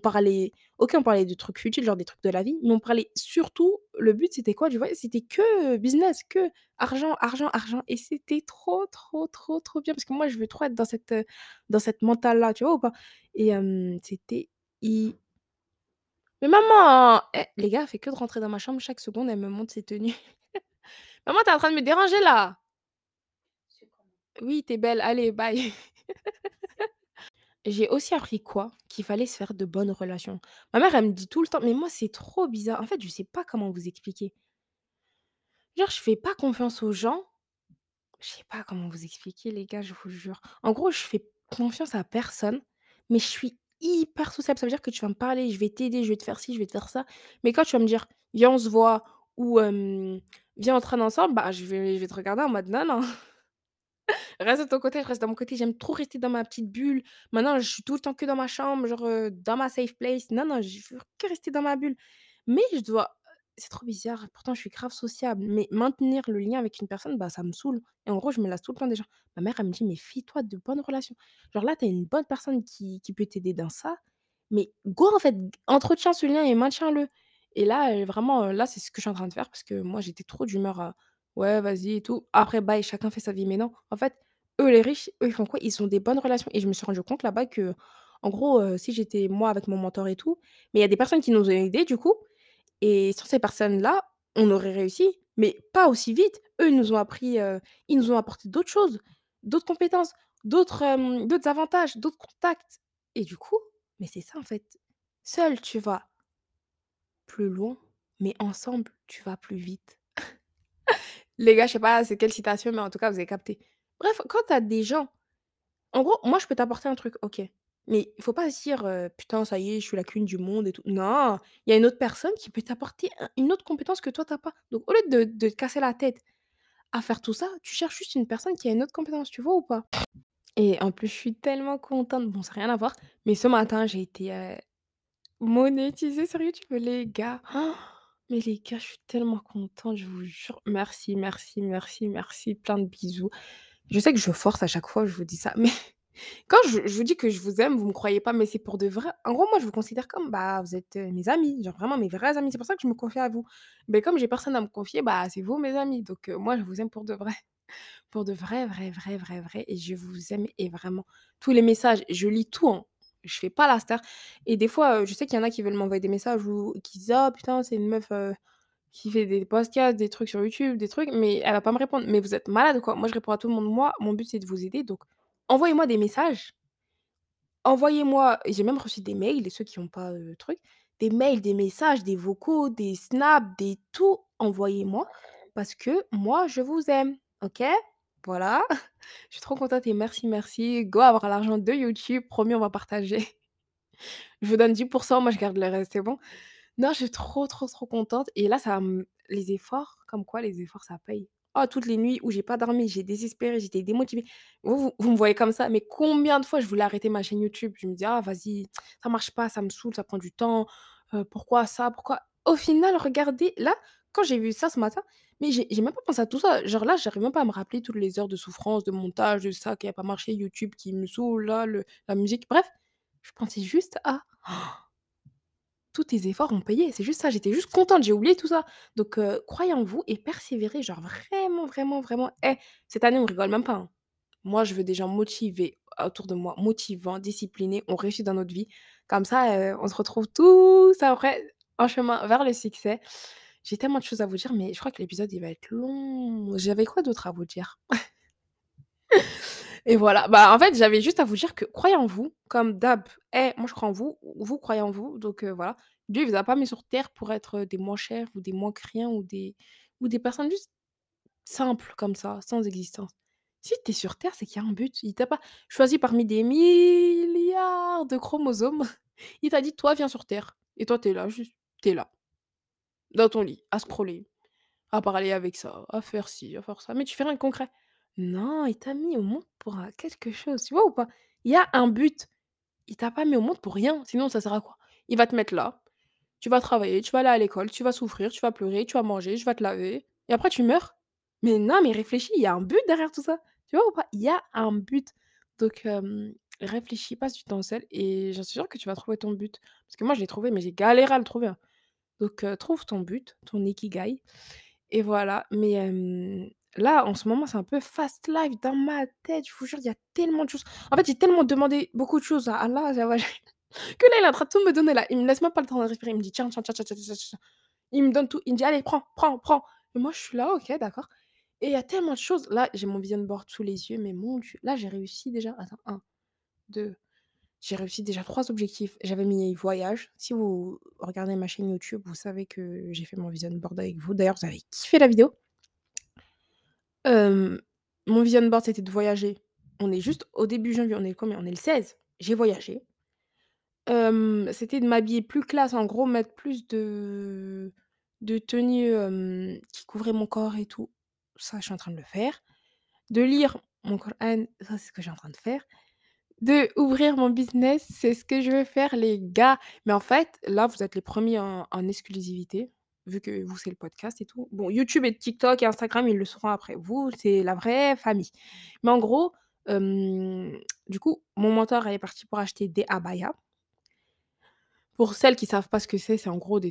on parlait de trucs futiles, genre des trucs de la vie, mais on parlait surtout le but c'était quoi, tu vois? C'était que business, que argent, argent, argent et c'était trop, trop, trop, trop bien parce que moi je veux trop être dans cette mentale là, tu vois ou pas? Et c'était hy mais maman! Les gars, elle fait que de rentrer dans ma chambre, chaque seconde, elle me montre ses tenues. Maman, tu es en train de me déranger là! C'est comment? Oui, tu es belle, allez, bye. J'ai aussi appris quoi? Qu'il fallait se faire de bonnes relations. Ma mère, elle me dit tout le temps mais moi, c'est trop bizarre. En fait, je sais pas comment vous expliquer. Genre, je fais pas confiance aux gens. Je sais pas comment vous expliquer les gars, je vous jure. En gros, je fais confiance à personne, mais je suis hyper sociable. Ça veut dire que tu vas me parler, je vais t'aider, je vais te faire ci, je vais te faire ça. Mais quand tu vas me dire: «Viens, on se voit» ou «Viens, on traîne ensemble», bah, je vais te regarder en mode: «Non, non, reste de ton côté, je reste de mon côté». J'aime trop rester dans ma petite bulle. Maintenant, je suis tout le temps que dans ma chambre, genre, dans ma safe place. Non, non, je veux que rester dans ma bulle. Mais je dois c'est trop bizarre, pourtant je suis grave sociable, mais maintenir le lien avec une personne, bah, ça me saoule et en gros, je me lasse tout le temps des gens. Ma mère, elle me dit: «Mais fais-toi de bonnes relations. Genre là, tu as une bonne personne qui peut t'aider dans ça, mais go en fait, entretiens ce lien et maintiens-le». Et là, vraiment, là, c'est ce que je suis en train de faire parce que moi, j'étais trop d'humeur à: «Ouais, vas-y et tout». Après, bye, chacun fait sa vie. Mais non, en fait, eux, les riches, eux, ils font quoi? Ils ont des bonnes relations et je me suis rendu compte là-bas que en gros, si j'étais moi avec mon mentor et tout, mais il y a des personnes qui nous ont aidés du coup et sans ces personnes-là, on aurait réussi, mais pas aussi vite. Eux, ils nous ont apporté d'autres choses, d'autres compétences, d'autres avantages, d'autres contacts et du coup, mais c'est ça en fait. Seul, tu vas plus loin, mais ensemble, tu vas plus vite. Les gars, je sais pas c'est quelle citation, mais en tout cas, vous avez capté. Bref, quand tu as des gens en gros, moi, je peux t'apporter un truc, OK, mais il faut pas se dire, «Putain, ça y est, je suis la queen du monde et tout». Non, il y a une autre personne qui peut t'apporter une autre compétence que toi, tu as pas. Donc au lieu de te casser la tête à faire tout ça, tu cherches juste une personne qui a une autre compétence, tu vois ou pas? Et en plus, je suis tellement contente, bon, ça a rien à voir, mais ce matin, j'ai été, monétisée sur YouTube, les gars. Mais les gars, je suis tellement contente, je vous jure. Merci, merci, merci, merci, plein de bisous. Je sais que je force à chaque fois, je vous dis ça, mais quand je vous dis que je vous aime, vous me croyez pas, mais c'est pour de vrai. En gros, moi, je vous considère comme, bah, vous êtes, mes amis, genre vraiment mes vrais amis. C'est pour ça que je me confie à vous. Mais comme j'ai personne à me confier, bah, c'est vous mes amis. Donc, moi, je vous aime pour de vrai. Pour de vrai, vrai, vrai, vrai, vrai et je vous aime et vraiment tous les messages, je lis tout, hein. Je fais pas la star et des fois, je sais qu'il y en a qui veulent m'envoyer des messages ou qui disent: «Oh putain, c'est une meuf, qui fait des podcasts, des trucs sur YouTube, des trucs, mais elle va pas me répondre». Mais vous êtes malade ou quoi? Moi, je réponds à tout le monde. Moi, mon but, c'est de vous aider, donc envoyez-moi des messages, envoyez-moi et j'ai même reçu des mails et ceux qui ont pas, truc, des mails, des messages, des vocaux, des snaps, des tout, envoyez-moi parce que moi, je vous aime, OK? Voilà. Je suis trop contente et merci, merci. Go avoir l'argent de YouTube, promis, on va partager. Je vous donne 10, moi je garde le reste, c'est bon? Non, je suis trop, trop, trop contente et là, ça me les efforts, comme quoi les efforts, ça paye. Oh, toutes les nuits où j'ai pas dormi, j'ai désespéré, j'étais démotivée. Vous me voyez comme ça, mais combien de fois je voulais arrêter ma chaîne YouTube? Je me dis: «Ah vas-y, ça marche pas, ça me saoule, ça prend du temps, pourquoi ça? Pourquoi?» Au final, regardez, là, quand j'ai vu ça ce matin, mais j'ai même pas pensé à tout ça. Genre là, j'arrive même pas à me rappeler toutes les heures de souffrance, de montage, de ça qui a pas marché, YouTube qui me saoule, là, la musique, bref. Je pensais juste à tous tes efforts ont payé, c'est juste ça, j'étais juste contente, j'ai oublié tout ça. Donc croyez en vous et persévérez, genre vraiment, vraiment, vraiment. Cette année, on rigole même pas, hein. Moi, je veux des gens motivés autour de moi, motivants, disciplinés, on réussit dans notre vie. Comme ça, on se retrouve tous après en chemin vers le succès. J'ai tellement de choses à vous dire, mais je crois que l'épisode, il va être long. J'avais quoi d'autre à vous dire? Et voilà, bah, en fait, j'avais juste à vous dire que croyez en vous, comme d'hab. Moi je crois en vous, vous croyez en vous, donc voilà. Dieu il vous a pas mis sur terre pour être, des moins chers ou des moins que rien ou des personnes juste simples comme ça, sans existence. Si tu es sur terre, c'est qu'il y a un but. Il t'a pas choisi parmi des milliards de chromosomes. Il t'a dit: «Toi, viens sur terre» et toi, tu es là, juste, tu es là, dans ton lit, à scroller. À parler avec ça, à faire ci, à faire ça, mais tu fais rien de concret. Non, il t'a mis au monde pour, quelque chose, tu vois ou pas? Il y a un but. Il t'a pas mis au monde pour rien, sinon ça sert à quoi? Il va te mettre là, tu vas travailler, tu vas aller à l'école, tu vas souffrir, tu vas pleurer, tu vas manger, je vais te laver et après tu meurs. Mais non, mais réfléchis, il y a un but derrière tout ça, tu vois ou pas? Il y a un but. Donc réfléchis, passe du temps seul et j'en suis sûre que tu vas trouver ton but. Parce que moi je l'ai trouvé, mais j'ai galéré à le trouver, hein. Donc trouve ton but, ton ikigai et voilà, mais là, en ce moment, c'est un peu fast life dans ma tête, je vous jure, il y a tellement de choses. En fait, j'ai tellement demandé beaucoup de choses à Allah, ça va, que là, il est en train de tout me donner là. Il me laisse même pas le temps de respirer. Il me dit: «Tiens, tiens, tiens, tiens, tiens, tiens, tiens». Il me donne tout. Il me dit: «Allez, prends, prends, prends». Et moi, je suis là: «OK, d'accord». Et il y a tellement de choses. Là, j'ai mon vision board sous les yeux, mais mon Dieu, là, j'ai réussi déjà. Attends, un, deux, j'ai réussi déjà 3 objectifs. J'avais mis voyage. Si vous regardez ma chaîne YouTube, vous savez que j'ai fait mon vision board avec vous. D'ailleurs, vous avez kiffé la vidéo. Hem, Mon vision board, c'était de voyager. On est juste au début janvier, on est le combien? On est le 16. J'ai voyagé. C'était de m'habiller plus classe, en gros, mettre plus de tenues, qui couvraient mon corps et tout. Ça, je suis en train de le faire. De lire mon Coran, ça, c'est ce que je suis en train de faire. De ouvrir mon business, c'est ce que je veux faire, les gars. Mais en fait, là, vous êtes les premiers en exclusivité, vu que vous, c'est le podcast et tout. Bon, YouTube et TikTok et Instagram, ils le seront après. Vous, c'est la vraie famille. Mais en gros, hem, du coup, mon mentor, elle est parti pour acheter des abayas. Pour celles qui savent pas ce que c'est en gros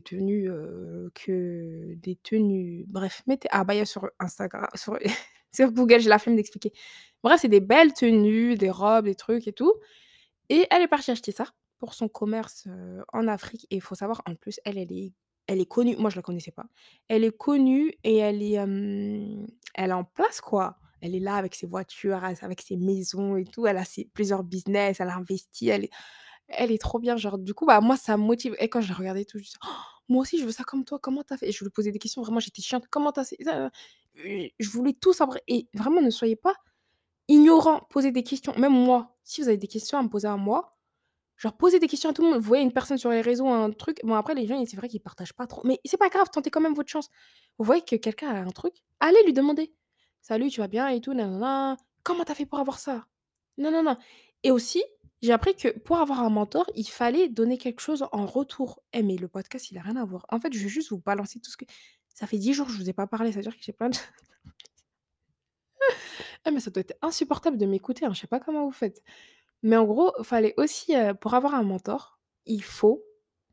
des tenues bref, mettez abaya sur Instagram sur sur Google, j'ai la flemme d'expliquer. Bref, c'est des belles tenues, des robes, des trucs et tout et elle est partie acheter ça pour son commerce, en Afrique et il faut savoir en plus elle est connue, moi je la connaissais pas. Elle est connue et elle est en place quoi. Elle est là avec ses voitures, avec ses maisons et tout, elle a ses plusieurs business, elle a investi, Elle est trop bien, genre, du coup, bah, moi, ça me motive et quand je la regardais et tout, je disais: «Oh, moi aussi, je veux ça comme toi, comment tu as fait?» Et je lui posais des questions, vraiment, j'étais chiante: «Comment tu as fait ça?» Je voulais tout savoir et vraiment, ne soyez pas ignorants, posez des questions. Même moi, si vous avez des questions à me poser à moi, genre, posez des questions à tout le monde. Vous voyez une personne sur les réseaux, un truc, bon, après, les gens, c'est vrai qu'ils partagent pas trop, mais c'est pas grave, tentez quand même votre chance. Vous voyez que quelqu'un a un truc, allez lui demander: «Salut, tu vas bien et tout, nin Comment tu as fait pour avoir ça?» Non, non, non et aussi, j'ai appris que pour avoir un mentor, il fallait donner quelque chose en retour. Eh, mais le podcast, il a rien à voir. En fait, je vais juste vous balancer tout ce que ça fait 10 jours que je vous ai pas parlé, ça veut dire que j'ai plein de mais ça doit être insupportable de m'écouter, hein, je sais pas comment vous faites. Mais en gros, fallait aussi, pour avoir un mentor, il faut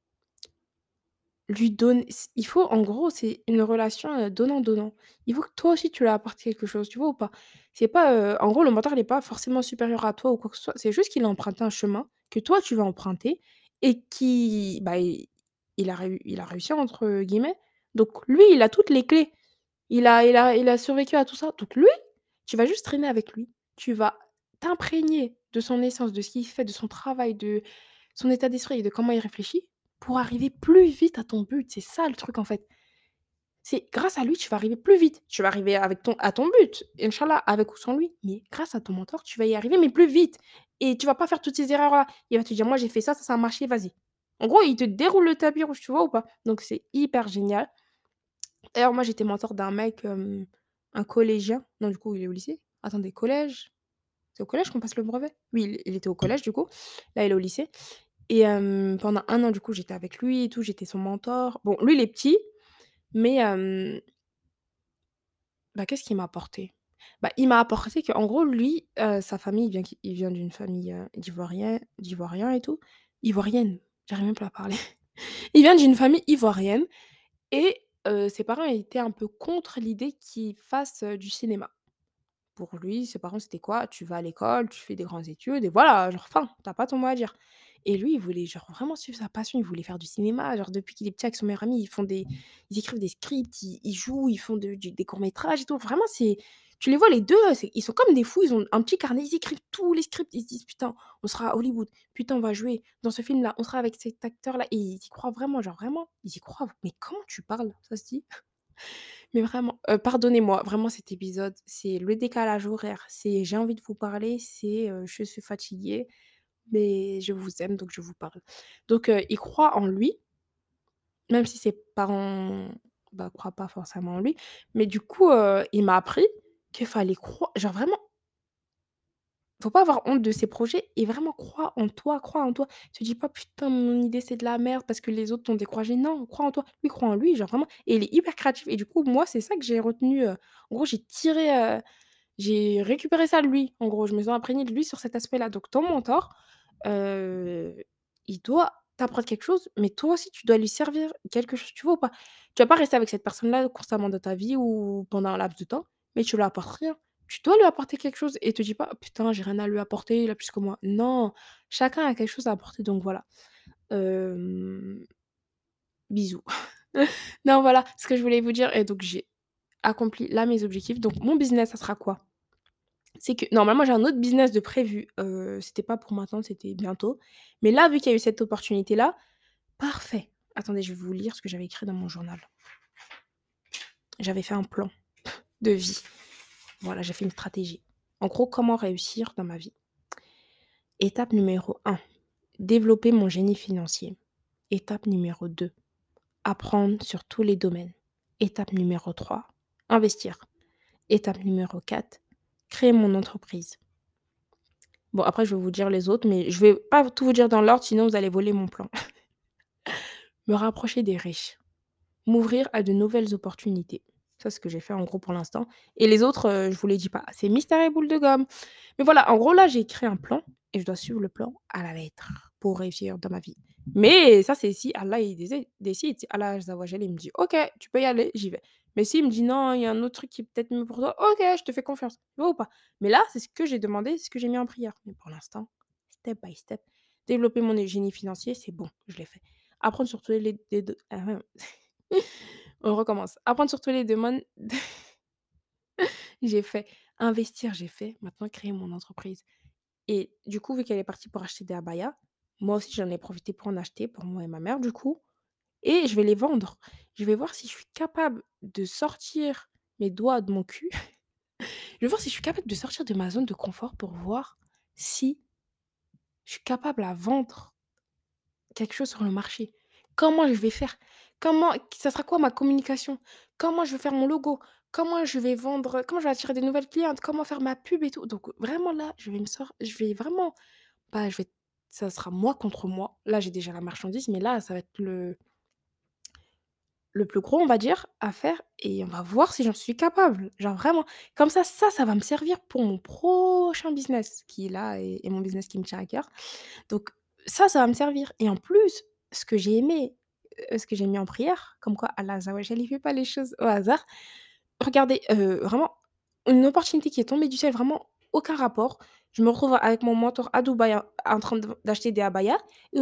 lui donner il faut en gros, c'est une relation, donnant-donnant. Il faut que toi aussi tu lui apportes quelque chose, tu vois ou pas? C'est pas, en gros, le mentor, il est pas forcément supérieur à toi ou quoi que ce soit. C'est juste qu'il a emprunté un chemin que toi tu vas emprunter et qui, bah, il a «réussi» entre guillemets. Donc lui, il a toutes les clés. Il a survécu à tout ça. Donc lui, tu vas juste traîner avec lui. Tu vas t'imprégner de son essence, de ce qu'il fait, de son travail, de son état d'esprit et de comment il réfléchit pour arriver plus vite à ton but. C'est ça le truc, en fait. C'est grâce à lui, tu vas arriver plus vite. Tu vas arriver avec ton but, inch'Allah, avec ou sans lui. Mais grâce à ton mentor, tu vas y arriver, mais plus vite. Et tu vas pas faire toutes ces erreurs-là. Il va te dire: «Moi, j'ai fait ça, ça a marché, vas-y». En gros, il te déroule le tapis rouge, tu vois ou pas? Donc c'est hyper génial. D'ailleurs, moi, j'étais mentor d'un mec, un collégien. Non, du coup, il est au lycée. Attendez, collège? C'est au collège qu'on passe le brevet? Oui, il était au collège, du coup. Là, il est au lycée et pendant 1 an, du coup, j'étais avec lui et tout, j'étais son mentor. Bon, lui, il est petit, mais bah, qu'est-ce qu'il m'a apporté? Bah, il m'a apporté qu'en gros, lui, sa famille, il vient d'une famille, d'ivoiriens et tout. Ivoirienne, j'arrive même plus à parler. Il vient d'une famille ivoirienne et ses parents étaient un peu contre l'idée qu'il fasse, du cinéma. Pour lui, ses parents, c'était quoi? Tu vas à l'école, tu fais des grandes études et voilà, genre fin, tu as pas ton mot à dire. Et lui, il voulait genre vraiment suivre sa passion, il voulait faire du cinéma, genre depuis qu'il est petit avec son meilleur ami, ils écrivent des scripts, ils jouent, ils font des courts-métrages et tout. Vraiment, c'est tu les vois les 2, ils sont comme des fous, ils ont un petit carnet, ils écrivent tous les scripts, ils se disent: «Putain, on sera à Hollywood, putain, on va jouer dans ce film-là, on sera avec cet acteur-là» et ils y croient vraiment, genre vraiment, ils y croient. Mais comment tu parles? Ça se dit? Mais vraiment, pardonnez-moi, vraiment cet épisode, c'est le décalage horaire, c'est j'ai envie de vous parler, c'est, je suis fatiguée, mais je vous aime donc je vous parle. Donc, il croit en lui, même si ses parents, bah, croient pas forcément en lui, mais du coup, il m'a appris qu'il fallait croire genre vraiment, faut pas avoir honte de ses projets et vraiment crois en toi, crois en toi. Te dis pas: «Putain, mon idée, c'est de la merde parce que les autres t'ont découragé». Non, crois en toi. Lui, croit en lui, genre vraiment et il est hyper créatif et du coup, moi, c'est ça que j'ai retenu, en gros, j'ai récupéré ça de lui, en gros. Je me suis imprégnée de lui sur cet aspect-là. Donc ton mentor, heu, il doit t'apprendre quelque chose, mais toi aussi, tu dois lui servir quelque chose, tu vois ou pas? Tu vas pas rester avec cette personne-là constamment dans ta vie ou pendant un laps de temps, mais tu lui apportes rien. Tu dois lui apporter quelque chose et te dis pas: «Putain, j'ai rien à lui apporter, il a plus que moi». Non, chacun a quelque chose à apporter, donc voilà. Hem, bisous. Non, voilà ce que je voulais vous dire et donc j'ai accompli là mes objectifs. Donc mon business, ça sera quoi? C'est que normalement, j'ai un autre business de prévu, c'était pas pour maintenant, c'était bientôt. Mais là, vu qu'il y a eu cette opportunité-là, parfait. Attendez, je vais vous lire ce que j'avais écrit dans mon journal. J'avais fait un plan de vie. Voilà, j'ai fait une stratégie. En gros, comment réussir dans ma vie? Étape numéro 1, développer mon génie financier. Étape numéro 2, apprendre sur tous les domaines. Étape numéro 3, investir. Étape numéro 4, créer mon entreprise. Bon, après, je vais vous dire les autres, mais je vais pas tout vous dire dans l'ordre, sinon vous allez voler mon plan. Me rapprocher des riches, m'ouvrir à de nouvelles opportunités. Ça, c'est ce que j'ai fait en gros pour l'instant et les autres, je vous les dis pas. C'est mystère et boule de gomme. Mais voilà, en gros, là, j'ai créé un plan et je dois suivre le plan à la lettre pour réussir dans ma vie. Mais ça, c'est si Allah, il décide. Si Allah Azza wa Jalla, il me dit: «OK, tu peux y aller», j'y vais. Mais s'il me dit: «Non, il y a un autre truc qui est peut-être mieux pour toi», OK, je te fais confiance. Tu vois ou pas? Mais là, c'est ce que j'ai demandé, c'est ce que j'ai mis en prière. Mais pour l'instant, step by step, développer mon génie financier, c'est bon, je l'ai fait. Apprendre sur tous les de on recommence. Apprendre sur tous les domaines, j'ai fait. Investir, j'ai fait. Maintenant créer mon entreprise et du coup, vu qu'elle est partie pour acheter des abayas, Moi aussi, j'en ai profité pour en acheter pour moi et ma mère, du coup, et je vais les vendre. Je vais voir si je suis capable de sortir mes doigts de mon cul. Je vais voir si je suis capable de sortir de ma zone de confort pour voir si je suis capable à vendre quelque chose sur le marché. Comment je vais faire? Comment ça sera quoi ma communication? Comment je vais faire mon logo? Comment je vais vendre? Comment je vais attirer des nouvelles clientes? Comment faire ma pub et tout? Donc vraiment là, je vais vraiment bah, je vais ça sera moi contre moi. Là, j'ai déjà la marchandise, mais là, ça va être le plus gros, on va dire, à faire et on va voir si j'en suis capable. Genre vraiment, comme ça va me servir pour mon prochain business qui est là et mon business qui me tient à cœur. Donc ça va me servir et en plus, ce que j'ai aimé, ce que j'ai mis en prière, comme quoi Allah Azza wa Jal, il fait pas les choses au hasard. Regardez, vraiment une opportunité qui est tombée du ciel, vraiment aucun rapport. Je me retrouve avec mon mentor à Dubaï en train d'acheter des abayas et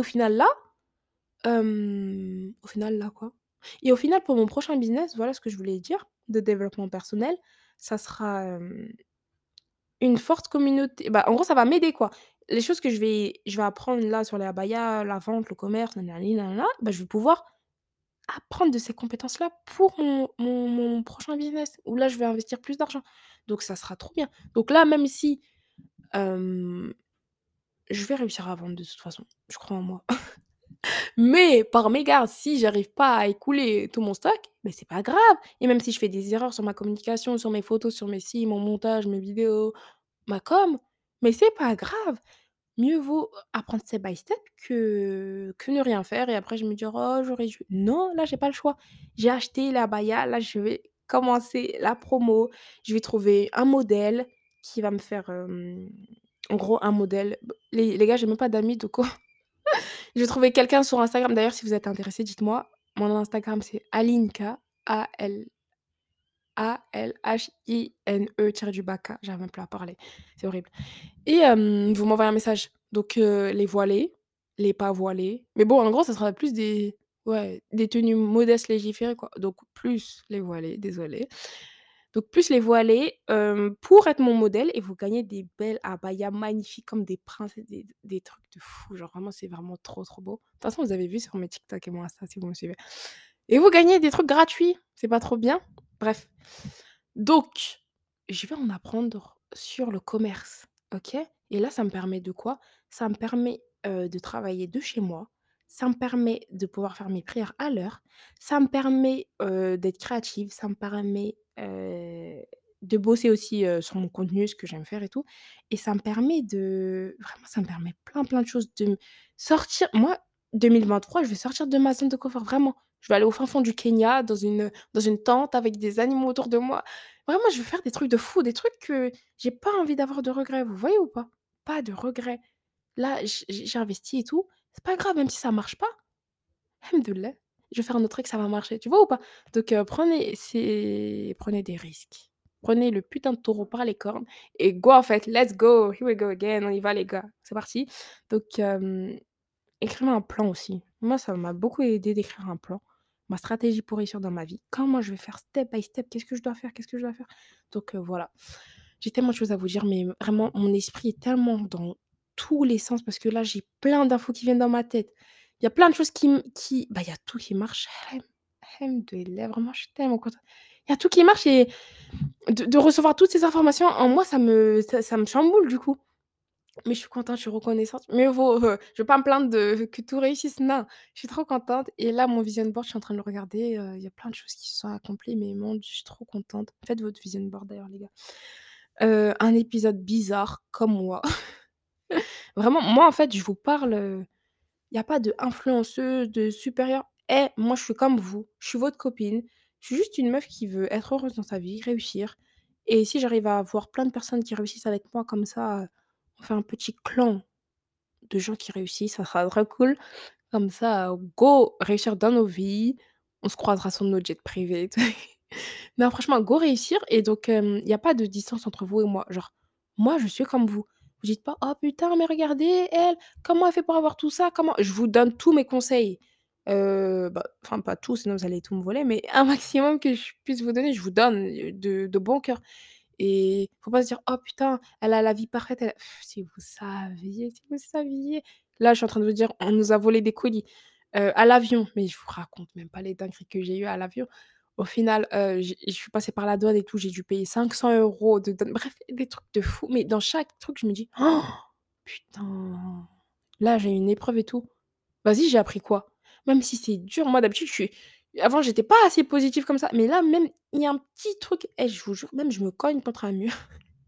au final là quoi? Et au final pour mon prochain business, voilà ce que je voulais dire de développement personnel, ça sera, une forte communauté bah, en gros ça va m'aider quoi. Les choses que je vais apprendre là sur les abayas, la vente, le commerce, nanani nanana, bah, je vais pouvoir apprendre de ces compétences-là pour mon prochain business où là je vais investir plus d'argent. Donc ça sera trop bien. Donc là même si, hem, je vais réussir à vendre de toute façon, je crois en moi. Mais par mégarde, si j'arrive pas à écouler tout mon stock, beh, c'est pas grave et même si je fais des erreurs sur ma communication, sur mes photos, sur mes ci, mon montage, mes vidéos, ma com, mais c'est pas grave. Mieux vaut apprendre step by step que ne rien faire et après je me dire: «Oh j'aurais dû». Non, là j'ai pas le choix. J'ai acheté l'abaya, là je vais commencer la promo, je vais trouver un modèle qui va me faire, en gros un modèle les gars j'ai même pas d'amis donc j'ai trouvé quelqu'un sur Instagram, d'ailleurs si vous êtes intéressés, dites-moi. Mon Instagram c'est Alinka, Alhine tiré du bas K, j'arrive même plus à parler, c'est horrible. Et vous m'envoyez un message. Donc les voilés, les pas voilés. Mais bon, en gros, ça sera plus des ouais, des tenues modestes légiférées, quoi. Donc plus les voilés, désolée. Donc plus les voilés, pour être mon modèle et vous gagnez des belles abayas magnifiques comme des princesses, des trucs de fou. Genre vraiment, c'est vraiment trop, trop beau. De toute façon, vous avez vu sur mes TikTok et mon Insta si vous me suivez. Et vous gagnez des trucs gratuits. C'est pas trop bien? Bref. Donc, je vais en apprendre sur le commerce, OK? Et là, ça me permet de quoi? Ça me permet, de travailler de chez moi. Ça me permet de pouvoir faire mes prières à l'heure. Ça me permet, d'être créative. Ça me permet, de bosser aussi, sur mon contenu, ce que j'aime faire et tout. Et ça me permet de vraiment, ça me permet plein, plein de choses, de me sortir moi, 2023, je vais sortir de ma zone de confort, vraiment. Je vais aller au fin fond du Kenya dans une tente avec des animaux autour de moi. Vraiment, je veux faire des trucs de fou, des trucs que j'ai pas envie d'avoir de regrets, vous voyez ou pas? Pas de regrets. Là, j'ai investi et tout, c'est pas grave, même si ça marche pas, alhamdoulilah, je vais faire un autre truc, ça va marcher, tu vois ou pas? Donc prenez des risques. Prenez le putain de taureau par les cornes et go en fait, let's go, here we go again, on y va les gars, c'est parti. Donc écrivez un plan aussi. Moi, ça m'a beaucoup aidé d'écrire un plan. Ma stratégie pour réussir dans ma vie. Comment je vais faire step by step? Qu'est-ce que je dois faire? Qu'est-ce que je dois faire? Donc voilà. J'ai tellement de choses à vous dire, mais vraiment, mon esprit est tellement dans tous les sens parce que là, j'ai plein d'infos qui viennent dans ma tête. Il y a plein de choses bah, il y a tout qui marche. Alhamdoulilah, vraiment, je suis tellement contente. Il y a tout qui marche et de recevoir toutes ces informations en moi, ça me chamboule du coup. Mais je suis contente, je suis reconnaissante. Mieux vaut, je vais pas me plaindre de que tout réussisse, non. Je suis trop contente et là, mon vision board, je suis en train de le regarder, il y a plein de choses qui se sont accomplies, mais mon Dieu, je suis trop contente. Faites votre vision board d'ailleurs, les gars. Un épisode bizarre comme moi. Vraiment, moi, en fait, je vous parle, il y a pas de influenceuse, de supérieure. Moi, je suis comme vous, je suis votre copine. Je suis juste une meuf qui veut être heureuse dans sa vie, réussir et si j'arrive à voir plein de personnes qui réussissent avec moi comme ça, on fait un petit clan de gens qui réussissent, ça sera trop cool. Comme ça, go réussir dans nos vies. On se croisera sur nos jets privés et tout. Non, franchement, go réussir et donc il y a pas de distance entre vous et moi. Genre, moi, je suis comme vous. Vous dites pas: «Oh putain, mais regardez elle, comment elle fait pour avoir tout ça? Comment» je vous donne tous mes conseils. Bah, enfin pas tous, sinon vous allez tout me voler, mais un maximum que je puisse vous donner, je vous donne, de bon cœur. Et faut pas se dire: «Oh putain, elle a la vie parfaite, elle a» si vous saviez, si vous saviez. Là, je suis en train de vous dire, on nous a volé des colis, à l'avion, mais je vous raconte même pas les dingueries que j'ai eues à l'avion. Au final, je suis passée par la douane et tout, j'ai dû payer 500 € de douane. Bref, des trucs de fou, mais dans chaque truc, je me dis: «Oh, putain, là, j'ai une épreuve et tout. Vas-y, j'ai appris quoi?» Même si c'est dur, moi d'habitude, je suis avant, j'étais pas assez positive comme ça, mais là, même, il y a un petit truc, eh, je vous jure, même je me cogne contre un mur.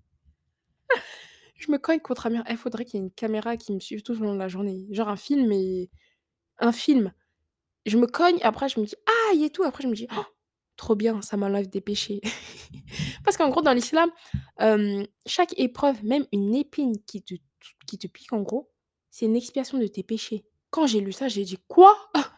Je me cogne contre un mur. Eh, faudrait qu'il y ait une caméra qui me suive tout au long de la journée. Genre un film, mais un film. Je me cogne, après je me dis: «Aïe» et tout, après je me dis: «Oh, trop bien, ça m'enlève des péchés». Parce qu'en gros, dans l'islam, chaque épreuve, même une épine qui te pique en gros, c'est une expiation de tes péchés. Quand j'ai lu ça, j'ai dit: «Quoi?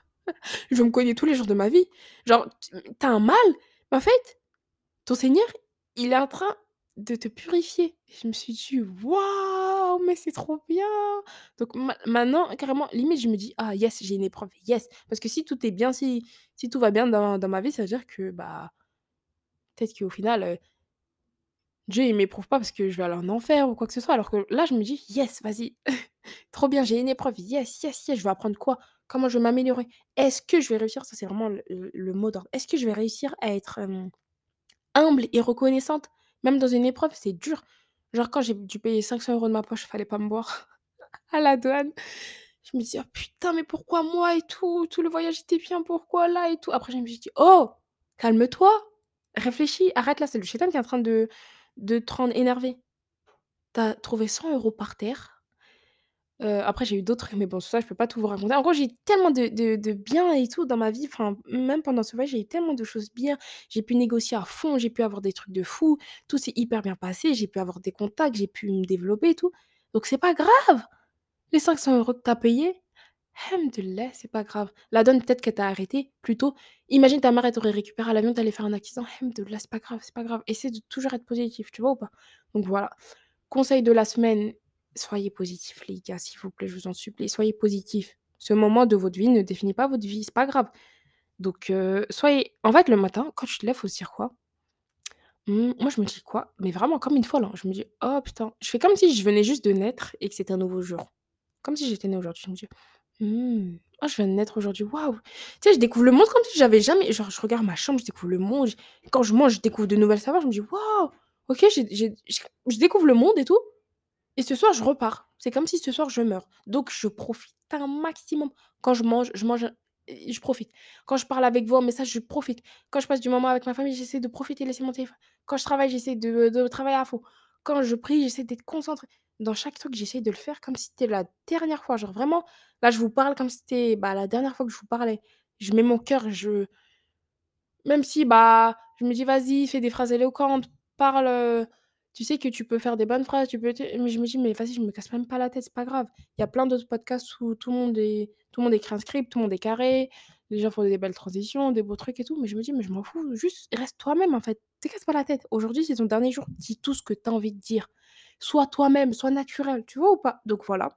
Je vais me cogner tous les jours de ma vie?» Genre, tu as un mal, mais en fait, ton Seigneur, il est en train de te purifier. Et je me suis dit: «Waouh, mais c'est trop bien!» Donc maintenant, carrément, limite, je me dis: «Ah yes, j'ai une épreuve, yes!» Parce que si tout est bien, si tout va bien dans ma vie, ça veut dire que, bah, peut-être qu'au final, Dieu, il m'éprouve pas parce que je vais aller en enfer ou quoi que ce soit. Alors que là, je me dis: «Yes, vas-y, trop bien, j'ai une épreuve, yes, yes, yes, je vais apprendre quoi? Comment je vais m'améliorer? Est-ce que je vais réussir?» Ça, c'est vraiment le mot d'ordre. Est-ce que je vais réussir à être, humble et reconnaissante, même dans une épreuve, c'est dur. Genre quand j'ai dû payer 500 € de ma poche, fallait pas me boire à la douane. Je me dis: «Oh putain, mais pourquoi moi et tout? Tout le voyage était bien, pourquoi là et tout?» Après je me suis dit: «Oh, calme-toi, réfléchis, arrête là, c'est le shétan qui est en train de te rendre énervé. Tu as trouvé 100 € par terre». Après j'ai eu d'autres trucs, mais bon ça je peux pas tout vous raconter. En gros, j'ai eu tellement de bien et tout dans ma vie, enfin même pendant ce voyage, j'ai eu tellement de choses bien. J'ai pu négocier à fond, j'ai pu avoir des trucs de fou, tout s'est hyper bien passé, j'ai pu avoir des contacts, j'ai pu me développer et tout. Donc c'est pas grave, les 500 € que tu as payés, Alhamdoulilah, c'est pas grave. La donne peut-être qu'elle t'a arrêté plus tôt. Imagine ta mère elle t'aurait récupéré à l'avion, tu allais faire un accident, Alhamdoulilah, c'est pas grave, c'est pas grave. Essaie de toujours être positif, tu vois ou pas? Donc voilà. Conseil de la semaine, soyez positifs les gars, s'il vous plaît, je vous en supplie, soyez positifs. Ce moment de votre vie ne définit pas votre vie, c'est pas grave. Donc soyez en fait, le matin, quand tu te lèves, faut se dire quoi? Moi, je me dis quoi? Mais vraiment comme une folle, hein. Je me dis: «Oh putain», je fais comme si je venais juste de naître et que c'était un nouveau jour. Comme si j'étais née aujourd'hui. Je me dis: oh, je viens de naître aujourd'hui, waouh!» Tu sais, je découvre le monde comme si j'avais jamais genre, je regarde ma chambre, je découvre le monde, quand je mange, je découvre de nouvelles saveurs, je me dis: «Waouh! OK, je découvre le monde et tout». Et ce soir, je repars. C'est comme si ce soir, je meurs. Donc je profite un maximum. Quand je mange et je profite. Quand je parle avec vous en message, je profite. Quand je passe du moment avec ma famille, j'essaie de profiter, laisser mon téléphone. Quand je travaille, j'essaie de travailler à fond. Quand je prie, j'essaie d'être concentrée. Dans chaque truc, j'essaie de le faire comme si c'était la dernière fois. Genre vraiment, là, je vous parle comme si c'était, bah, la dernière fois que je vous parlais. Je mets mon cœur, même si, bah, je me dis: «Vas-y, fais des phrases éloquentes, parle, tu sais que tu peux faire des bonnes phrases, tu peux mais je me dis: «Mais vas-y, je me casse même pas la tête, c'est pas grave». Il y a plein d'autres podcasts où tout le monde écrit un script, tout le monde est carré, les gens font des belles transitions, des beaux trucs et tout, mais je me dis: «Mais je m'en fous, juste reste toi-même, en fait, te casse pas la tête. Aujourd'hui, c'est ton dernier jour, dis tout ce que tu as envie de dire. Sois toi-même, sois naturel», tu vois ou pas? Donc voilà.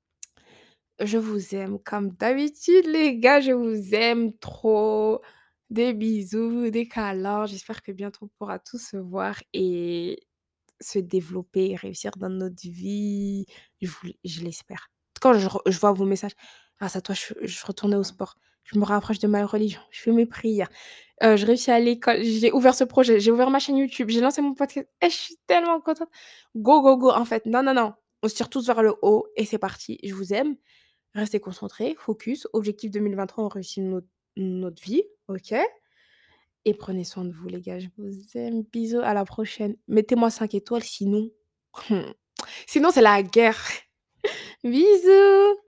Je vous aime comme d'habitude les gars, je vous aime trop. Des bisous, des câlins. J'espère que bientôt on pourra tous se voir et se développer et réussir dans notre vie. Je l'espère. Quand je vois vos messages: «Grâce à toi, je retournais au sport. Je me rapproche de ma religion, je fais mes prières, je réussis à l'école, j'ai ouvert ce projet, j'ai ouvert ma chaîne YouTube, j'ai lancé mon podcast». Je suis tellement contente. Go, go, go. En fait, non, non, non, on se tire tous vers le haut et c'est parti. Je vous aime. Restez concentrés, focus, objectif 2023, on réussit notre vie, OK? Et prenez soin de vous les gars, je vous aime. Bisous, à la prochaine. Mettez-moi 5 étoiles sinon sinon c'est la guerre. Bisous.